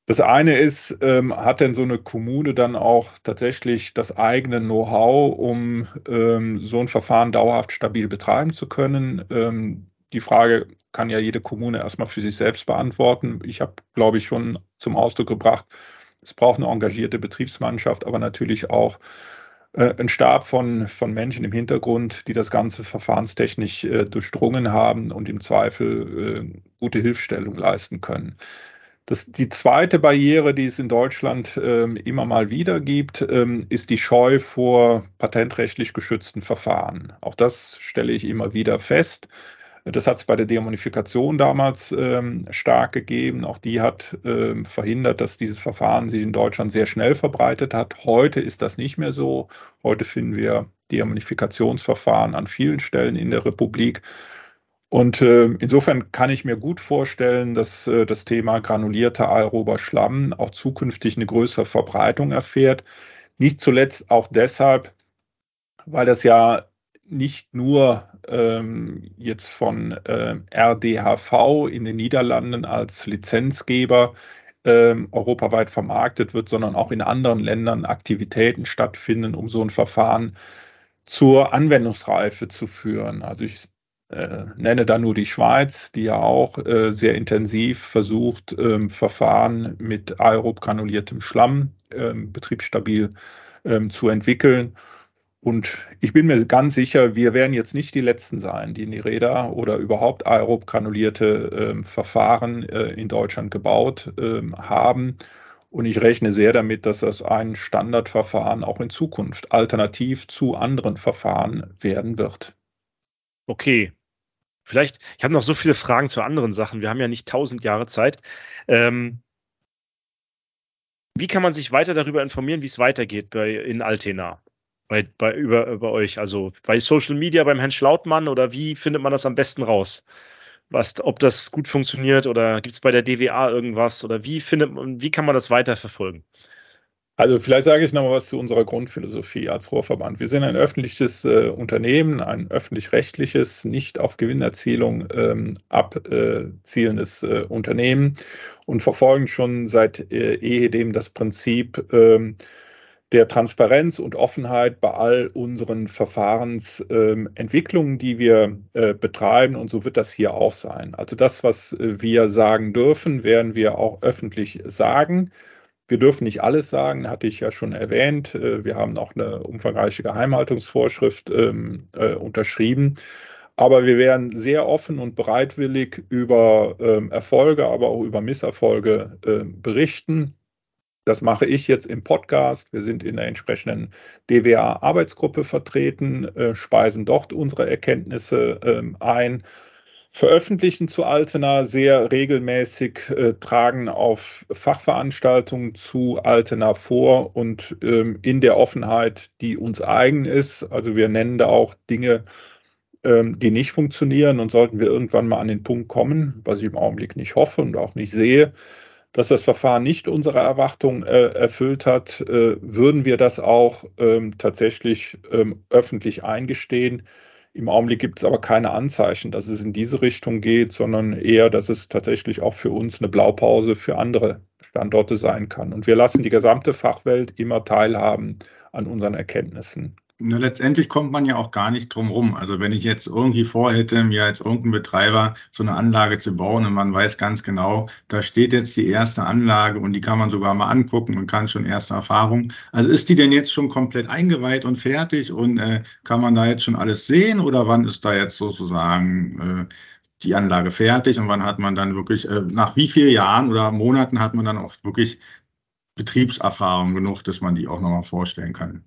Das eine ist, ähm, hat denn so eine Kommune dann auch tatsächlich das eigene Know-how, um ähm, so ein Verfahren dauerhaft stabil betreiben zu können? Ähm, die Frage kann ja jede Kommune erstmal für sich selbst beantworten. Ich habe, glaube ich, schon zum Ausdruck gebracht, es braucht eine engagierte Betriebsmannschaft, aber natürlich auch äh, ein Stab von, von Menschen im Hintergrund, die das Ganze verfahrenstechnisch äh, durchdrungen haben und im Zweifel äh, gute Hilfestellung leisten können. Das, die zweite Barriere, die es in Deutschland ähm, immer mal wieder gibt, ähm, ist die Scheu vor patentrechtlich geschützten Verfahren. Auch das stelle ich immer wieder fest. Das hat es bei der Demunifikation damals ähm, stark gegeben. Auch die hat ähm, verhindert, dass dieses Verfahren sich in Deutschland sehr schnell verbreitet hat. Heute ist das nicht mehr so. Heute finden wir Demunifikationsverfahren an vielen Stellen in der Republik. Und äh, insofern kann ich mir gut vorstellen, dass äh, das Thema granulierter aerober Schlamm auch zukünftig eine größere Verbreitung erfährt. Nicht zuletzt auch deshalb, weil das ja nicht nur ähm, jetzt von äh, R D H V in den Niederlanden als Lizenzgeber ähm, europaweit vermarktet wird, sondern auch in anderen Ländern Aktivitäten stattfinden, um so ein Verfahren zur Anwendungsreife zu führen. Also ich äh, nenne da nur die Schweiz, die ja auch äh, sehr intensiv versucht, ähm, Verfahren mit aerob granuliertem Schlamm ähm, betriebsstabil ähm, zu entwickeln. Und ich bin mir ganz sicher, wir werden jetzt nicht die Letzten sein, die NEREDA oder überhaupt aerob granulierte ähm, Verfahren äh, in Deutschland gebaut ähm, haben. Und ich rechne sehr damit, dass das ein Standardverfahren auch in Zukunft alternativ zu anderen Verfahren werden wird. Okay. Vielleicht, ich habe noch so viele Fragen zu anderen Sachen. Wir haben ja nicht tausend Jahre Zeit. Ähm, wie kann man sich weiter darüber informieren, wie es weitergeht bei, in Altena? Bei, bei, über, über euch? Also bei Social Media, beim Herrn Schlautmann, oder wie findet man das am besten raus? Was, ob das gut funktioniert, oder gibt es bei der D W A irgendwas, oder wie findet man, wie kann man das weiterverfolgen? Also vielleicht sage ich noch mal was zu unserer Grundphilosophie als Rohrverband. Wir sind ein öffentliches äh, Unternehmen, ein öffentlich-rechtliches, nicht auf Gewinnerzielung ähm, abzielendes äh, Unternehmen und verfolgen schon seit äh, ehedem das Prinzip ähm, der Transparenz und Offenheit bei all unseren Verfahrensentwicklungen, ähm, die wir äh, betreiben. Und so wird das hier auch sein. Also das, was äh, wir sagen dürfen, werden wir auch öffentlich sagen. Wir dürfen nicht alles sagen, hatte ich ja schon erwähnt. Wir haben auch eine umfangreiche Geheimhaltungsvorschrift ähm, äh, unterschrieben. Aber wir werden sehr offen und bereitwillig über ähm, Erfolge, aber auch über Misserfolge äh, berichten. Das mache ich jetzt im Podcast. Wir sind in der entsprechenden D W A-Arbeitsgruppe vertreten, äh, speisen dort unsere Erkenntnisse äh, ein, veröffentlichen zu Altena sehr regelmäßig, äh, tragen auf Fachveranstaltungen zu Altena vor und ähm, in der Offenheit, die uns eigen ist. Also wir nennen da auch Dinge, ähm, die nicht funktionieren, und sollten wir irgendwann mal an den Punkt kommen, was ich im Augenblick nicht hoffe und auch nicht sehe, dass das Verfahren nicht unsere Erwartungen äh, erfüllt hat, äh, würden wir das auch ähm, tatsächlich ähm, öffentlich eingestehen. Im Augenblick gibt es aber keine Anzeichen, dass es in diese Richtung geht, sondern eher, dass es tatsächlich auch für uns eine Blaupause für andere Standorte sein kann. Und wir lassen die gesamte Fachwelt immer teilhaben an unseren Erkenntnissen. Na, letztendlich kommt man ja auch gar nicht drum rum. Also wenn ich jetzt irgendwie vorhätte, mir als irgendein Betreiber so eine Anlage zu bauen und man weiß ganz genau, da steht jetzt die erste Anlage und die kann man sogar mal angucken und kann schon erste Erfahrungen. Also ist die denn jetzt schon komplett eingeweiht und fertig und äh, kann man da jetzt schon alles sehen, oder wann ist da jetzt sozusagen äh, die Anlage fertig und wann hat man dann wirklich, äh, nach wie vielen Jahren oder Monaten hat man dann auch wirklich Betriebserfahrung genug, dass man die auch nochmal vorstellen kann?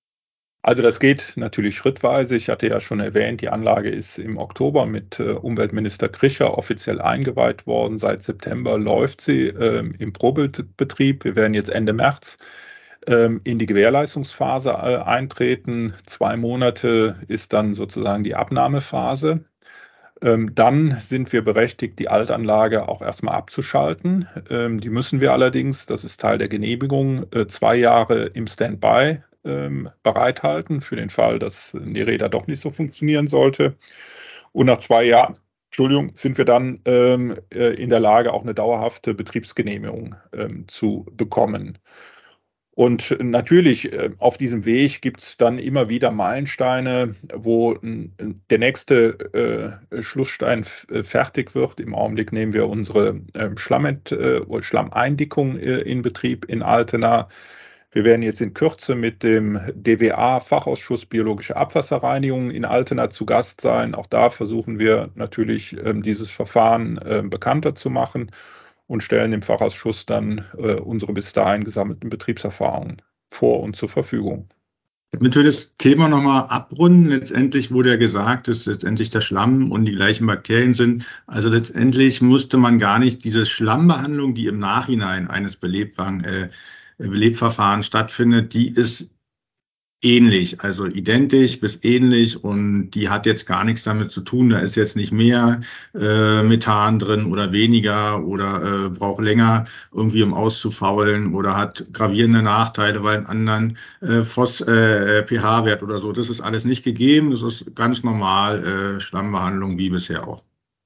Also das geht natürlich schrittweise. Ich hatte ja schon erwähnt, die Anlage ist im Oktober mit äh, Umweltminister Krischer offiziell eingeweiht worden. Seit September läuft sie ähm, im Probebetrieb. Wir werden jetzt Ende März ähm, in die Gewährleistungsphase äh, eintreten. Zwei Monate ist dann sozusagen die Abnahmephase. Ähm, dann sind wir berechtigt, die Altanlage auch erstmal abzuschalten. Ähm, die müssen wir allerdings, das ist Teil der Genehmigung, äh, zwei Jahre im Standby ähm, bereithalten, für den Fall, dass NEREDA doch nicht so funktionieren sollte. Und nach zwei Jahren Entschuldigung, sind wir dann ähm, in der Lage, auch eine dauerhafte Betriebsgenehmigung ähm, zu bekommen. Und natürlich, äh, auf diesem Weg gibt es dann immer wieder Meilensteine, wo n, der nächste äh, Schlussstein äh, fertig wird. Im Augenblick nehmen wir unsere äh, Schlamment, äh, Schlammeindickung äh, in Betrieb in Altena. Wir werden jetzt in Kürze mit dem D W A-Fachausschuss Biologische Abwasserreinigung in Altena zu Gast sein. Auch da versuchen wir natürlich, äh, dieses Verfahren äh, bekannter zu machen und stellen dem Fachausschuss dann äh, unsere bis dahin gesammelten Betriebserfahrungen vor und zur Verfügung. Damit wir das Thema nochmal abrunden, letztendlich wurde ja gesagt, dass letztendlich der Schlamm und die gleichen Bakterien sind. Also letztendlich musste man gar nicht diese Schlammbehandlung, die im Nachhinein eines Belebwang, äh, Belebverfahrens stattfindet, die ist ähnlich, also identisch bis ähnlich, und die hat jetzt gar nichts damit zu tun. Da ist jetzt nicht mehr äh, Methan drin oder weniger oder äh, braucht länger irgendwie, um auszufaulen, oder hat gravierende Nachteile, weil einen anderen äh, Phos, äh, pH-Wert oder so. Das ist alles nicht gegeben. Das ist ganz normal äh, Schlammbehandlung wie bisher auch.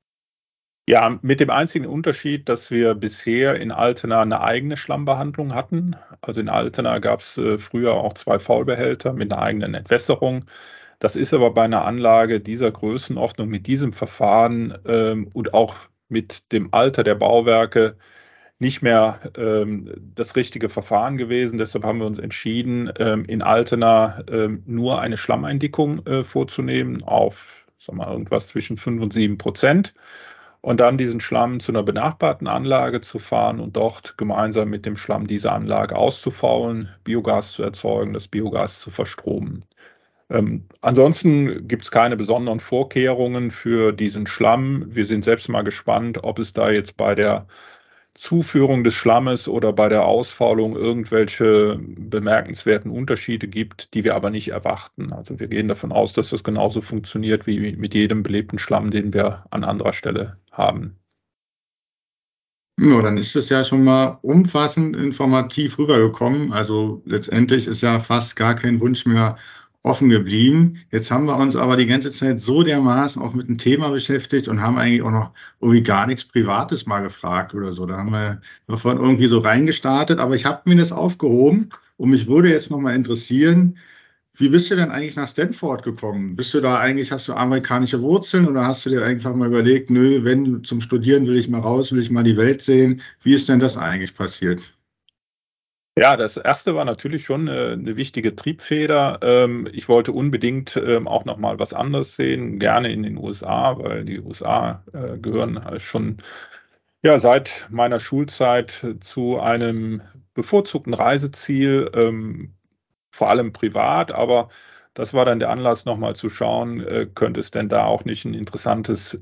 Ja, mit dem einzigen Unterschied, dass wir bisher in Altena eine eigene Schlammbehandlung hatten. Also in Altena gab es äh, früher auch zwei Faulbehälter mit einer eigenen Entwässerung. Das ist aber bei einer Anlage dieser Größenordnung mit diesem Verfahren ähm, und auch mit dem Alter der Bauwerke nicht mehr ähm, das richtige Verfahren gewesen. Deshalb haben wir uns entschieden, ähm, in Altena ähm, nur eine Schlammeindickung äh, vorzunehmen auf, sagen wir mal, irgendwas zwischen fünf und sieben Prozent. Und dann diesen Schlamm zu einer benachbarten Anlage zu fahren und dort gemeinsam mit dem Schlamm diese Anlage auszufaulen, Biogas zu erzeugen, das Biogas zu verstromen. Ähm, ansonsten gibt es keine besonderen Vorkehrungen für diesen Schlamm. Wir sind selbst mal gespannt, ob es da jetzt bei der Zuführung des Schlammes oder bei der Ausfaulung irgendwelche bemerkenswerten Unterschiede gibt, die wir aber nicht erwarten. Also wir gehen davon aus, dass das genauso funktioniert wie mit jedem belebten Schlamm, den wir an anderer Stelle haben. Ja, dann ist es ja schon mal umfassend informativ rübergekommen. Also letztendlich ist ja fast gar kein Wunsch mehr offen geblieben. Jetzt haben wir uns aber die ganze Zeit so dermaßen auch mit dem Thema beschäftigt und haben eigentlich auch noch irgendwie gar nichts Privates mal gefragt oder so. Da haben wir davon irgendwie so reingestartet, aber ich habe mir das aufgehoben und mich würde jetzt noch mal interessieren, wie bist du denn eigentlich nach Stanford gekommen? Bist du da eigentlich, hast du amerikanische Wurzeln oder hast du dir einfach mal überlegt, nö, wenn zum Studieren will ich mal raus, will ich mal die Welt sehen? Wie ist denn das eigentlich passiert? Ja, das erste war natürlich schon äh, eine wichtige Triebfeder. Ähm, ich wollte unbedingt ähm, auch noch mal was anderes sehen, gerne in den U S A, weil die U S A äh, gehören halt schon ja, seit meiner Schulzeit zu einem bevorzugten Reiseziel, ähm, vor allem privat, aber das war dann der Anlass, nochmal zu schauen, äh, könnte es denn da auch nicht ein interessantes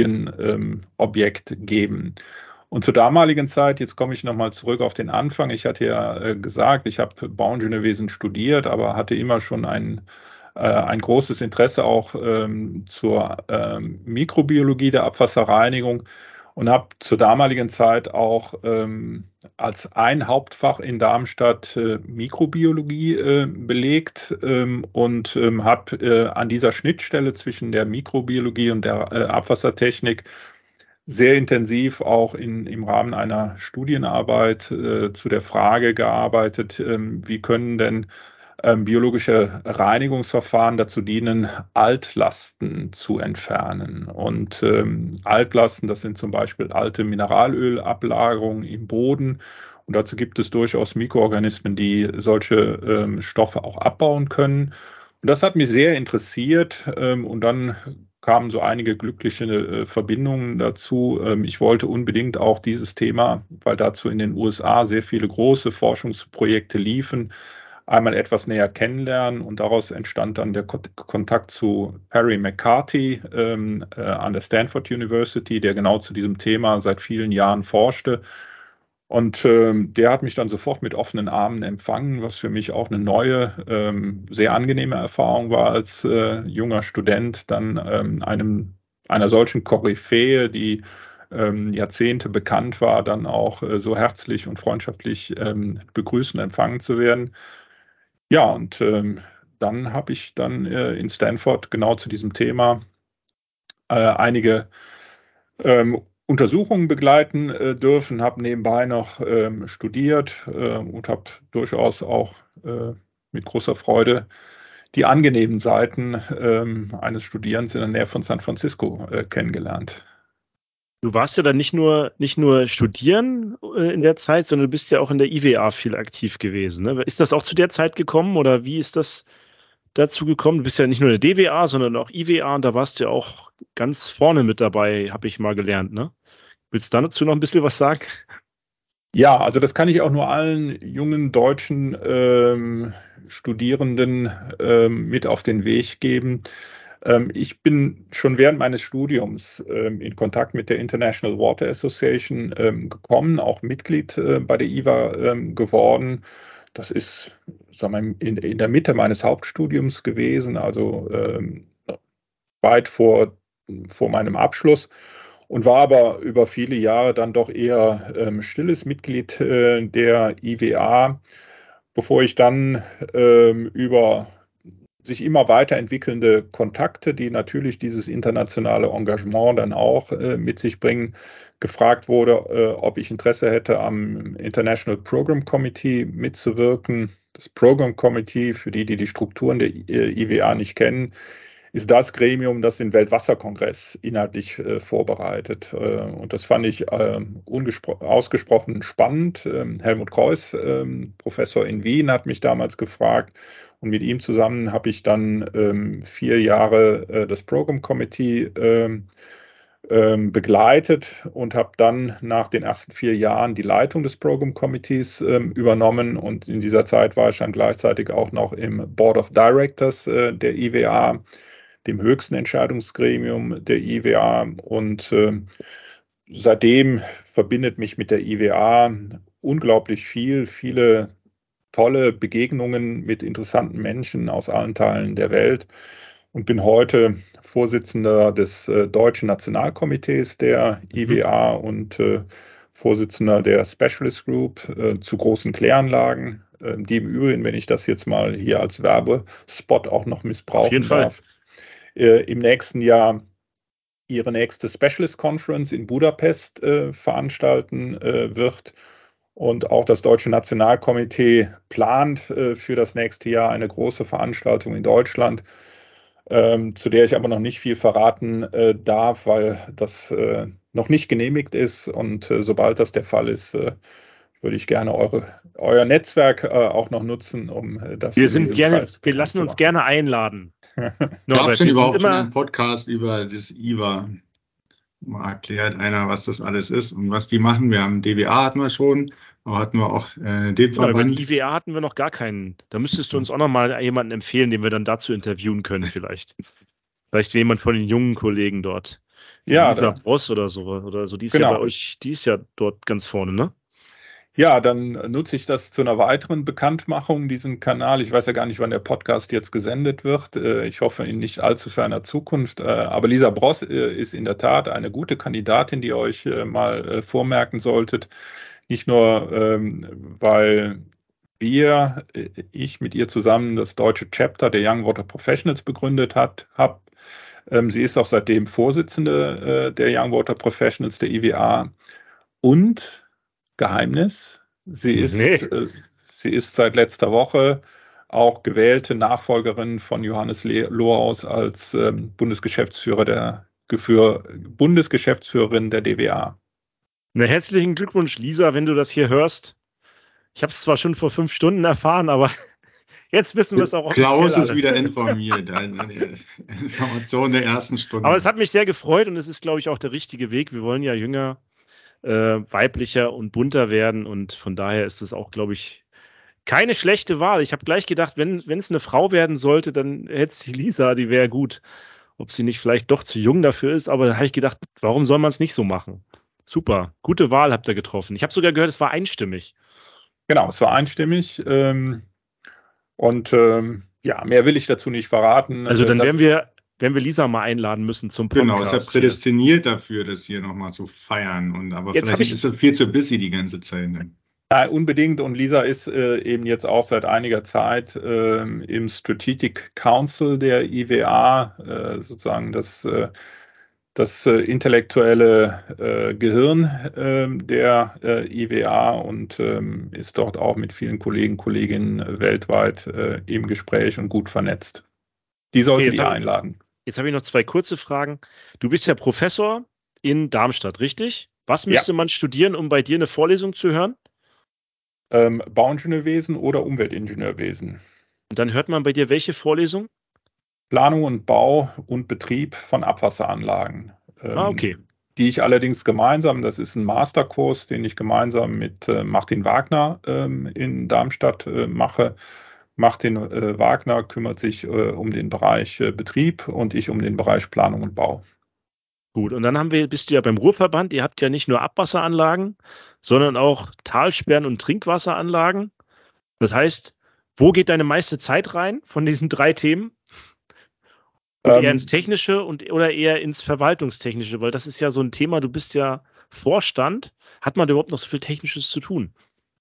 Studienobjekt ähm, geben. Und zur damaligen Zeit, jetzt komme ich nochmal zurück auf den Anfang, ich hatte ja äh, gesagt, ich habe Bauingenieurwesen studiert, aber hatte immer schon ein, äh, ein großes Interesse auch ähm, zur ähm, Mikrobiologie der Abwasserreinigung und habe zur damaligen Zeit auch ähm, als ein Hauptfach in Darmstadt äh, Mikrobiologie äh, belegt ähm, und ähm, habe äh, an dieser Schnittstelle zwischen der Mikrobiologie und der äh, Abwassertechnik sehr intensiv auch in, im Rahmen einer Studienarbeit äh, zu der Frage gearbeitet, ähm, wie können denn ähm, biologische Reinigungsverfahren dazu dienen, Altlasten zu entfernen. Und ähm, Altlasten, das sind zum Beispiel alte Mineralölablagerungen im Boden. Und dazu gibt es durchaus Mikroorganismen, die solche ähm, Stoffe auch abbauen können. Und das hat mich sehr interessiert. Ähm, und dann kamen so einige glückliche äh, Verbindungen dazu. Ähm, ich wollte unbedingt auch dieses Thema, weil dazu in den U S A sehr viele große Forschungsprojekte liefen, einmal etwas näher kennenlernen, und daraus entstand dann der Kontakt zu Perry McCarthy ähm, äh, an der Stanford University, der genau zu diesem Thema seit vielen Jahren forschte. Und ähm, der hat mich dann sofort mit offenen Armen empfangen, was für mich auch eine neue, ähm, sehr angenehme Erfahrung war als äh, junger Student, dann ähm, einem, einer solchen Koryphäe, die ähm, Jahrzehnte bekannt war, dann auch äh, so herzlich und freundschaftlich ähm, begrüßen, empfangen zu werden. Ja, und ähm, dann habe ich dann äh, in Stanford genau zu diesem Thema äh, einige ähm, Untersuchungen begleiten äh, dürfen, habe nebenbei noch ähm, studiert äh, und habe durchaus auch äh, mit großer Freude die angenehmen Seiten ähm, eines Studierens in der Nähe von San Francisco äh, kennengelernt. Du warst ja dann nicht nur, nicht nur studieren äh, in der Zeit, sondern du bist ja auch in der I W A viel aktiv gewesen. Ne? Ist das auch zu der Zeit gekommen oder wie ist das dazu gekommen? Du bist ja nicht nur in der D W A, sondern auch I W A und da warst du ja auch ganz vorne mit dabei, habe ich mal gelernt. Ne? Willst du dazu noch ein bisschen was sagen? Ja, also das kann ich auch nur allen jungen deutschen ähm, Studierenden ähm, mit auf den Weg geben. Ähm, ich bin schon während meines Studiums ähm, in Kontakt mit der International Water Association ähm, gekommen, auch Mitglied äh, bei der I W A ähm, geworden. Das ist, sagen wir, in, in der Mitte meines Hauptstudiums gewesen, also ähm, weit vor, vor meinem Abschluss. Und war aber über viele Jahre dann doch eher ähm, stilles Mitglied äh, der I W A, bevor ich dann ähm, über sich immer weiterentwickelnde Kontakte, die natürlich dieses internationale Engagement dann auch äh, mit sich bringen, gefragt wurde, äh, ob ich Interesse hätte, am International Program Committee mitzuwirken. Das Program Committee, für die, die die Strukturen der I W A nicht kennen, ist das Gremium, das den Weltwasserkongress inhaltlich äh, vorbereitet. Äh, und das fand ich äh, ausgesprochen spannend. Ähm, Helmut Kreuß, ähm, Professor in Wien, hat mich damals gefragt. Und mit ihm zusammen habe ich dann ähm, vier Jahre äh, das Program Committee ähm, ähm, begleitet und habe dann nach den ersten vier Jahren die Leitung des Program Committees ähm, übernommen. Und in dieser Zeit war ich dann gleichzeitig auch noch im Board of Directors äh, der I W A, dem höchsten Entscheidungsgremium der I W A. Und äh, seitdem verbindet mich mit der I W A unglaublich viel, viele tolle Begegnungen mit interessanten Menschen aus allen Teilen der Welt und bin heute Vorsitzender des äh, Deutschen Nationalkomitees der I W A mhm. und äh, Vorsitzender der Specialist Group äh, zu großen Kläranlagen, äh, die im Übrigen, wenn ich das jetzt mal hier als Werbespot auch noch missbrauchen Auf jeden darf, Fall. Äh, im nächsten Jahr ihre nächste Specialist Conference in Budapest äh, veranstalten äh, wird. Und auch das Deutsche Nationalkomitee plant äh, für das nächste Jahr eine große Veranstaltung in Deutschland, ähm, zu der ich aber noch nicht viel verraten äh, darf, weil das äh, noch nicht genehmigt ist. Und äh, sobald das der Fall ist, äh, würde ich gerne eure, euer Netzwerk äh, auch noch nutzen, um äh, das wir in sind diesem gerne, Kreis wir lassen uns gerne einladen. Gab es denn überhaupt schon einen Podcast über das I W A? Mal erklärt einer, was das alles ist und was die machen. Wir haben D W A hatten wir schon, aber hatten wir auch äh, den genau, Verband. Über die I W A hatten wir noch gar keinen. Da müsstest du uns auch noch mal jemanden empfehlen, den wir dann dazu interviewen können vielleicht. Vielleicht jemand von den jungen Kollegen dort. Ja, Lisa Bross oder so, oder so. Die ist genau. ja bei euch, die ist ja dort ganz vorne, ne? Ja, dann nutze ich das zu einer weiteren Bekanntmachung, diesen Kanal. Ich weiß ja gar nicht, wann der Podcast jetzt gesendet wird. Ich hoffe in nicht allzu ferner Zukunft. Aber Lisa Bross ist in der Tat eine gute Kandidatin, die ihr euch mal vormerken solltet. Nicht nur, weil wir, ich mit ihr zusammen das deutsche Chapter der Young Water Professionals begründet hat, habe. Sie ist auch seitdem Vorsitzende der Young Water Professionals der I W A. Und Geheimnis. Sie ist, Nee. äh, sie ist seit letzter Woche auch gewählte Nachfolgerin von Johannes Lohaus als ähm, Bundesgeschäftsführer der für Bundesgeschäftsführerin der D W A. Na, herzlichen Glückwunsch, Lisa, wenn du das hier hörst. Ich habe es zwar schon vor fünf Stunden erfahren, aber jetzt wissen wir es auch offiziell. Klaus ist alle. wieder informiert. Eine Information der ersten Stunde. Aber es hat mich sehr gefreut und es ist, glaube ich, auch der richtige Weg. Wir wollen ja jünger, Äh, weiblicher und bunter werden und von daher ist es auch, glaube ich, keine schlechte Wahl. Ich habe gleich gedacht, wenn wenn es eine Frau werden sollte, dann hätte sie Lisa, die wäre gut. Ob sie nicht vielleicht doch zu jung dafür ist, aber da habe ich gedacht, warum soll man es nicht so machen? Super, gute Wahl habt ihr getroffen. Ich habe sogar gehört, es war einstimmig. Genau, es war einstimmig ähm, und ähm, ja, mehr will ich dazu nicht verraten. Also dann werden wir Wenn wir Lisa mal einladen müssen zum Podcast. Genau, ist ja prädestiniert hier. dafür, das hier nochmal zu feiern. Und, aber jetzt vielleicht ich, ist es viel zu busy die ganze Zeit. Ja, unbedingt. Und Lisa ist äh, eben jetzt auch seit einiger Zeit äh, im Strategic Council der I W A, äh, sozusagen das, äh, das äh, intellektuelle äh, Gehirn äh, der äh, I W A und ähm, ist dort auch mit vielen Kollegen, Kolleginnen äh, weltweit äh, im Gespräch und gut vernetzt. Die solltet Okay, ihr hab, einladen. jetzt habe ich noch zwei kurze Fragen. Du bist ja Professor in Darmstadt, richtig? Was Ja. müsste man studieren, um bei dir eine Vorlesung zu hören? Ähm, Bauingenieurwesen oder Umweltingenieurwesen. Und dann hört man bei dir welche Vorlesung? Planung und Bau und Betrieb von Abwasseranlagen. Ähm, Ah, okay. Die ich allerdings gemeinsam, das ist ein Masterkurs, den ich gemeinsam mit äh, Martin Wagner ähm, in Darmstadt äh, mache. Martin äh, Wagner kümmert sich äh, um den Bereich äh, Betrieb und ich um den Bereich Planung und Bau. Gut, und dann haben wir, bist du ja beim Ruhrverband, ihr habt ja nicht nur Abwasseranlagen, sondern auch Talsperren und Trinkwasseranlagen. Das heißt, wo geht deine meiste Zeit rein von diesen drei Themen? Und eher ins Ähm, Technische und oder eher ins Verwaltungstechnische, weil das ist ja so ein Thema, du bist ja Vorstand. Hat man da überhaupt noch so viel Technisches zu tun?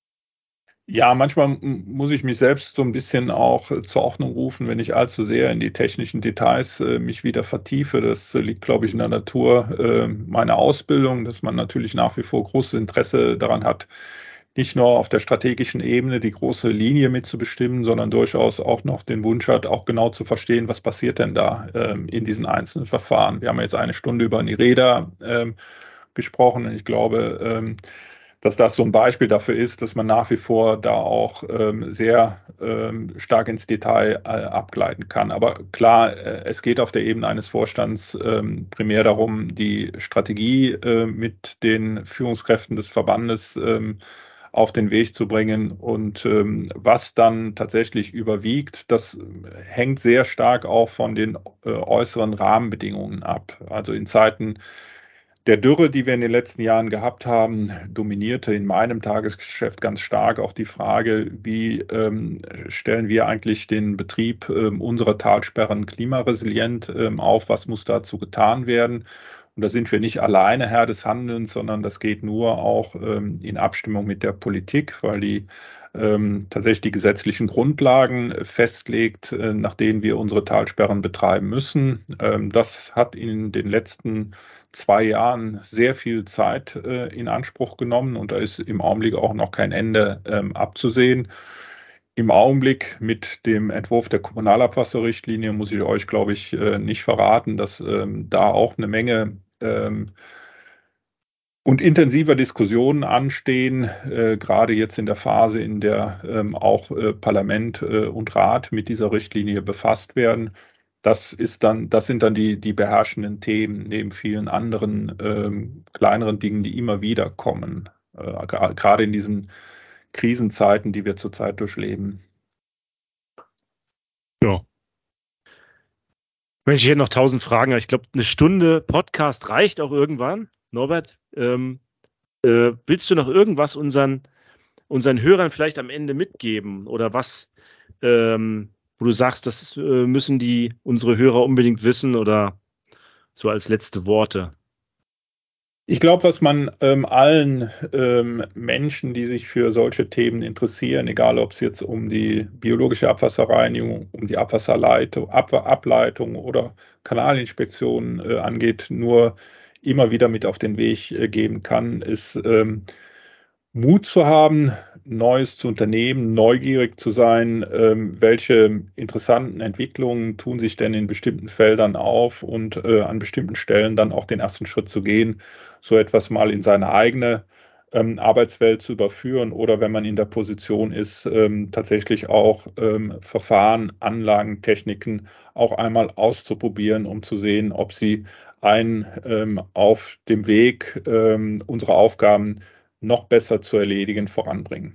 Ja, manchmal m- muss ich mich selbst so ein bisschen auch äh, zur Ordnung rufen, wenn ich allzu sehr in die technischen Details äh, mich wieder vertiefe. Das äh, liegt, glaube ich, in der Natur äh, meiner Ausbildung, dass man natürlich nach wie vor großes Interesse daran hat, nicht nur auf der strategischen Ebene die große Linie mitzubestimmen, sondern durchaus auch noch den Wunsch hat, auch genau zu verstehen, was passiert denn da ähm, in diesen einzelnen Verfahren. Wir haben jetzt eine Stunde über NIREDA ähm, gesprochen und ich glaube, ähm, dass das so ein Beispiel dafür ist, dass man nach wie vor da auch ähm, sehr ähm, stark ins Detail äh, abgleiten kann. Aber klar, äh, es geht auf der Ebene eines Vorstands ähm, primär darum, die Strategie äh, mit den Führungskräften des Verbandes ähm, auf den Weg zu bringen. Und ähm, was dann tatsächlich überwiegt, das hängt sehr stark auch von den äh, äußeren Rahmenbedingungen ab. Also in Zeiten der Dürre, die wir in den letzten Jahren gehabt haben, dominierte in meinem Tagesgeschäft ganz stark auch die Frage, wie ähm, stellen wir eigentlich den Betrieb ähm, unserer Talsperren klimaresilient ähm, auf, was muss dazu getan werden. Und da sind wir nicht alleine Herr des Handelns, sondern das geht nur auch ähm, in Abstimmung mit der Politik, weil die ähm, tatsächlich die gesetzlichen Grundlagen festlegt, äh, nach denen wir unsere Talsperren betreiben müssen. Ähm, das hat in den letzten zwei Jahren sehr viel Zeit äh, in Anspruch genommen und da ist im Augenblick auch noch kein Ende ähm, abzusehen. Im Augenblick mit dem Entwurf der Kommunalabwasserrichtlinie muss ich euch, glaube ich, äh, nicht verraten, dass ähm, da auch eine Menge ähm, und intensiver Diskussionen anstehen, äh, gerade jetzt in der Phase, in der ähm, auch äh, Parlament äh, und Rat mit dieser Richtlinie befasst werden. Das ist dann, das sind dann die, die beherrschenden Themen neben vielen anderen ähm, kleineren Dingen, die immer wieder kommen, äh, gerade in diesen Krisenzeiten, die wir zurzeit durchleben. Ja. Mensch, ich hätte noch tausend Fragen, aber ich glaube, eine Stunde Podcast reicht auch irgendwann. Norbert, ähm, äh, willst du noch irgendwas unseren, unseren Hörern vielleicht am Ende mitgeben? Oder was, ähm, wo du sagst, das äh, müssen die unsere Hörer unbedingt wissen oder so als letzte Worte? Ich glaube, was man ähm, allen ähm, Menschen, die sich für solche Themen interessieren, egal ob es jetzt um die biologische Abwasserreinigung, um die Abwasserleitung, Ab Ableitung oder Kanalinspektion äh, angeht, nur immer wieder mit auf den Weg äh, geben kann, ist ähm, Mut zu haben, Neues zu unternehmen, neugierig zu sein, ähm, welche interessanten Entwicklungen tun sich denn in bestimmten Feldern auf und äh, an bestimmten Stellen dann auch den ersten Schritt zu gehen, so etwas mal in seine eigene ähm, Arbeitswelt zu überführen oder wenn man in der Position ist, ähm, tatsächlich auch ähm, Verfahren, Anlagen, Techniken auch einmal auszuprobieren, um zu sehen, ob sie einen ähm, auf dem Weg ähm, unserer Aufgaben noch besser zu erledigen, voranbringen.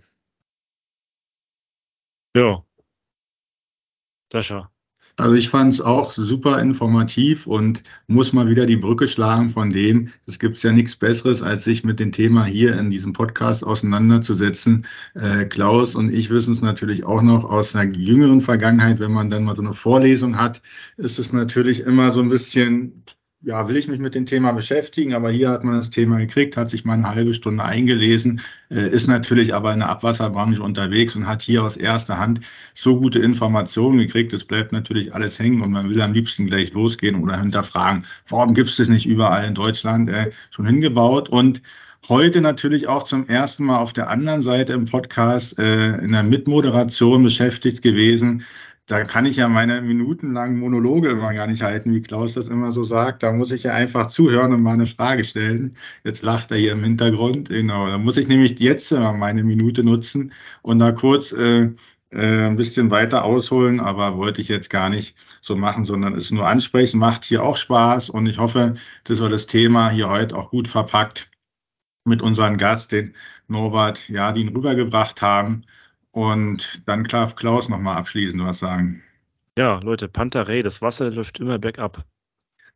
Ja, Sascha. Also ich fand es auch super informativ und muss mal wieder die Brücke schlagen von dem, es gibt ja nichts Besseres, als sich mit dem Thema hier in diesem Podcast auseinanderzusetzen. Äh, Klaus und ich wissen es natürlich auch noch aus einer jüngeren Vergangenheit, wenn man dann mal so eine Vorlesung hat, ist es natürlich immer so ein bisschen ja, will ich mich mit dem Thema beschäftigen, aber hier hat man das Thema gekriegt, hat sich mal eine halbe Stunde eingelesen, äh, ist natürlich aber in der Abwasserbranche unterwegs und hat hier aus erster Hand so gute Informationen gekriegt. Es bleibt natürlich alles hängen und man will am liebsten gleich losgehen oder hinterfragen, warum gibt es das nicht überall in Deutschland äh, schon hingebaut? Und heute natürlich auch zum ersten Mal auf der anderen Seite im Podcast äh, in der Mitmoderation beschäftigt gewesen. Da kann ich ja meine minutenlangen Monologe immer gar nicht halten, wie Klaus das immer so sagt. Da muss ich ja einfach zuhören und mal eine Frage stellen. Jetzt lacht er hier im Hintergrund. Genau, da muss ich nämlich jetzt immer meine Minute nutzen und da kurz äh, äh, ein bisschen weiter ausholen, aber wollte ich jetzt gar nicht so machen, sondern es nur ansprechen. Macht hier auch Spaß und ich hoffe, dass wir das Thema hier heute auch gut verpackt mit unserem Gast, den Norbert Jardin, rübergebracht haben. Und dann darf Klaus nochmal abschließend was sagen. Ja, Leute, Pantarei, das Wasser läuft immer bergab.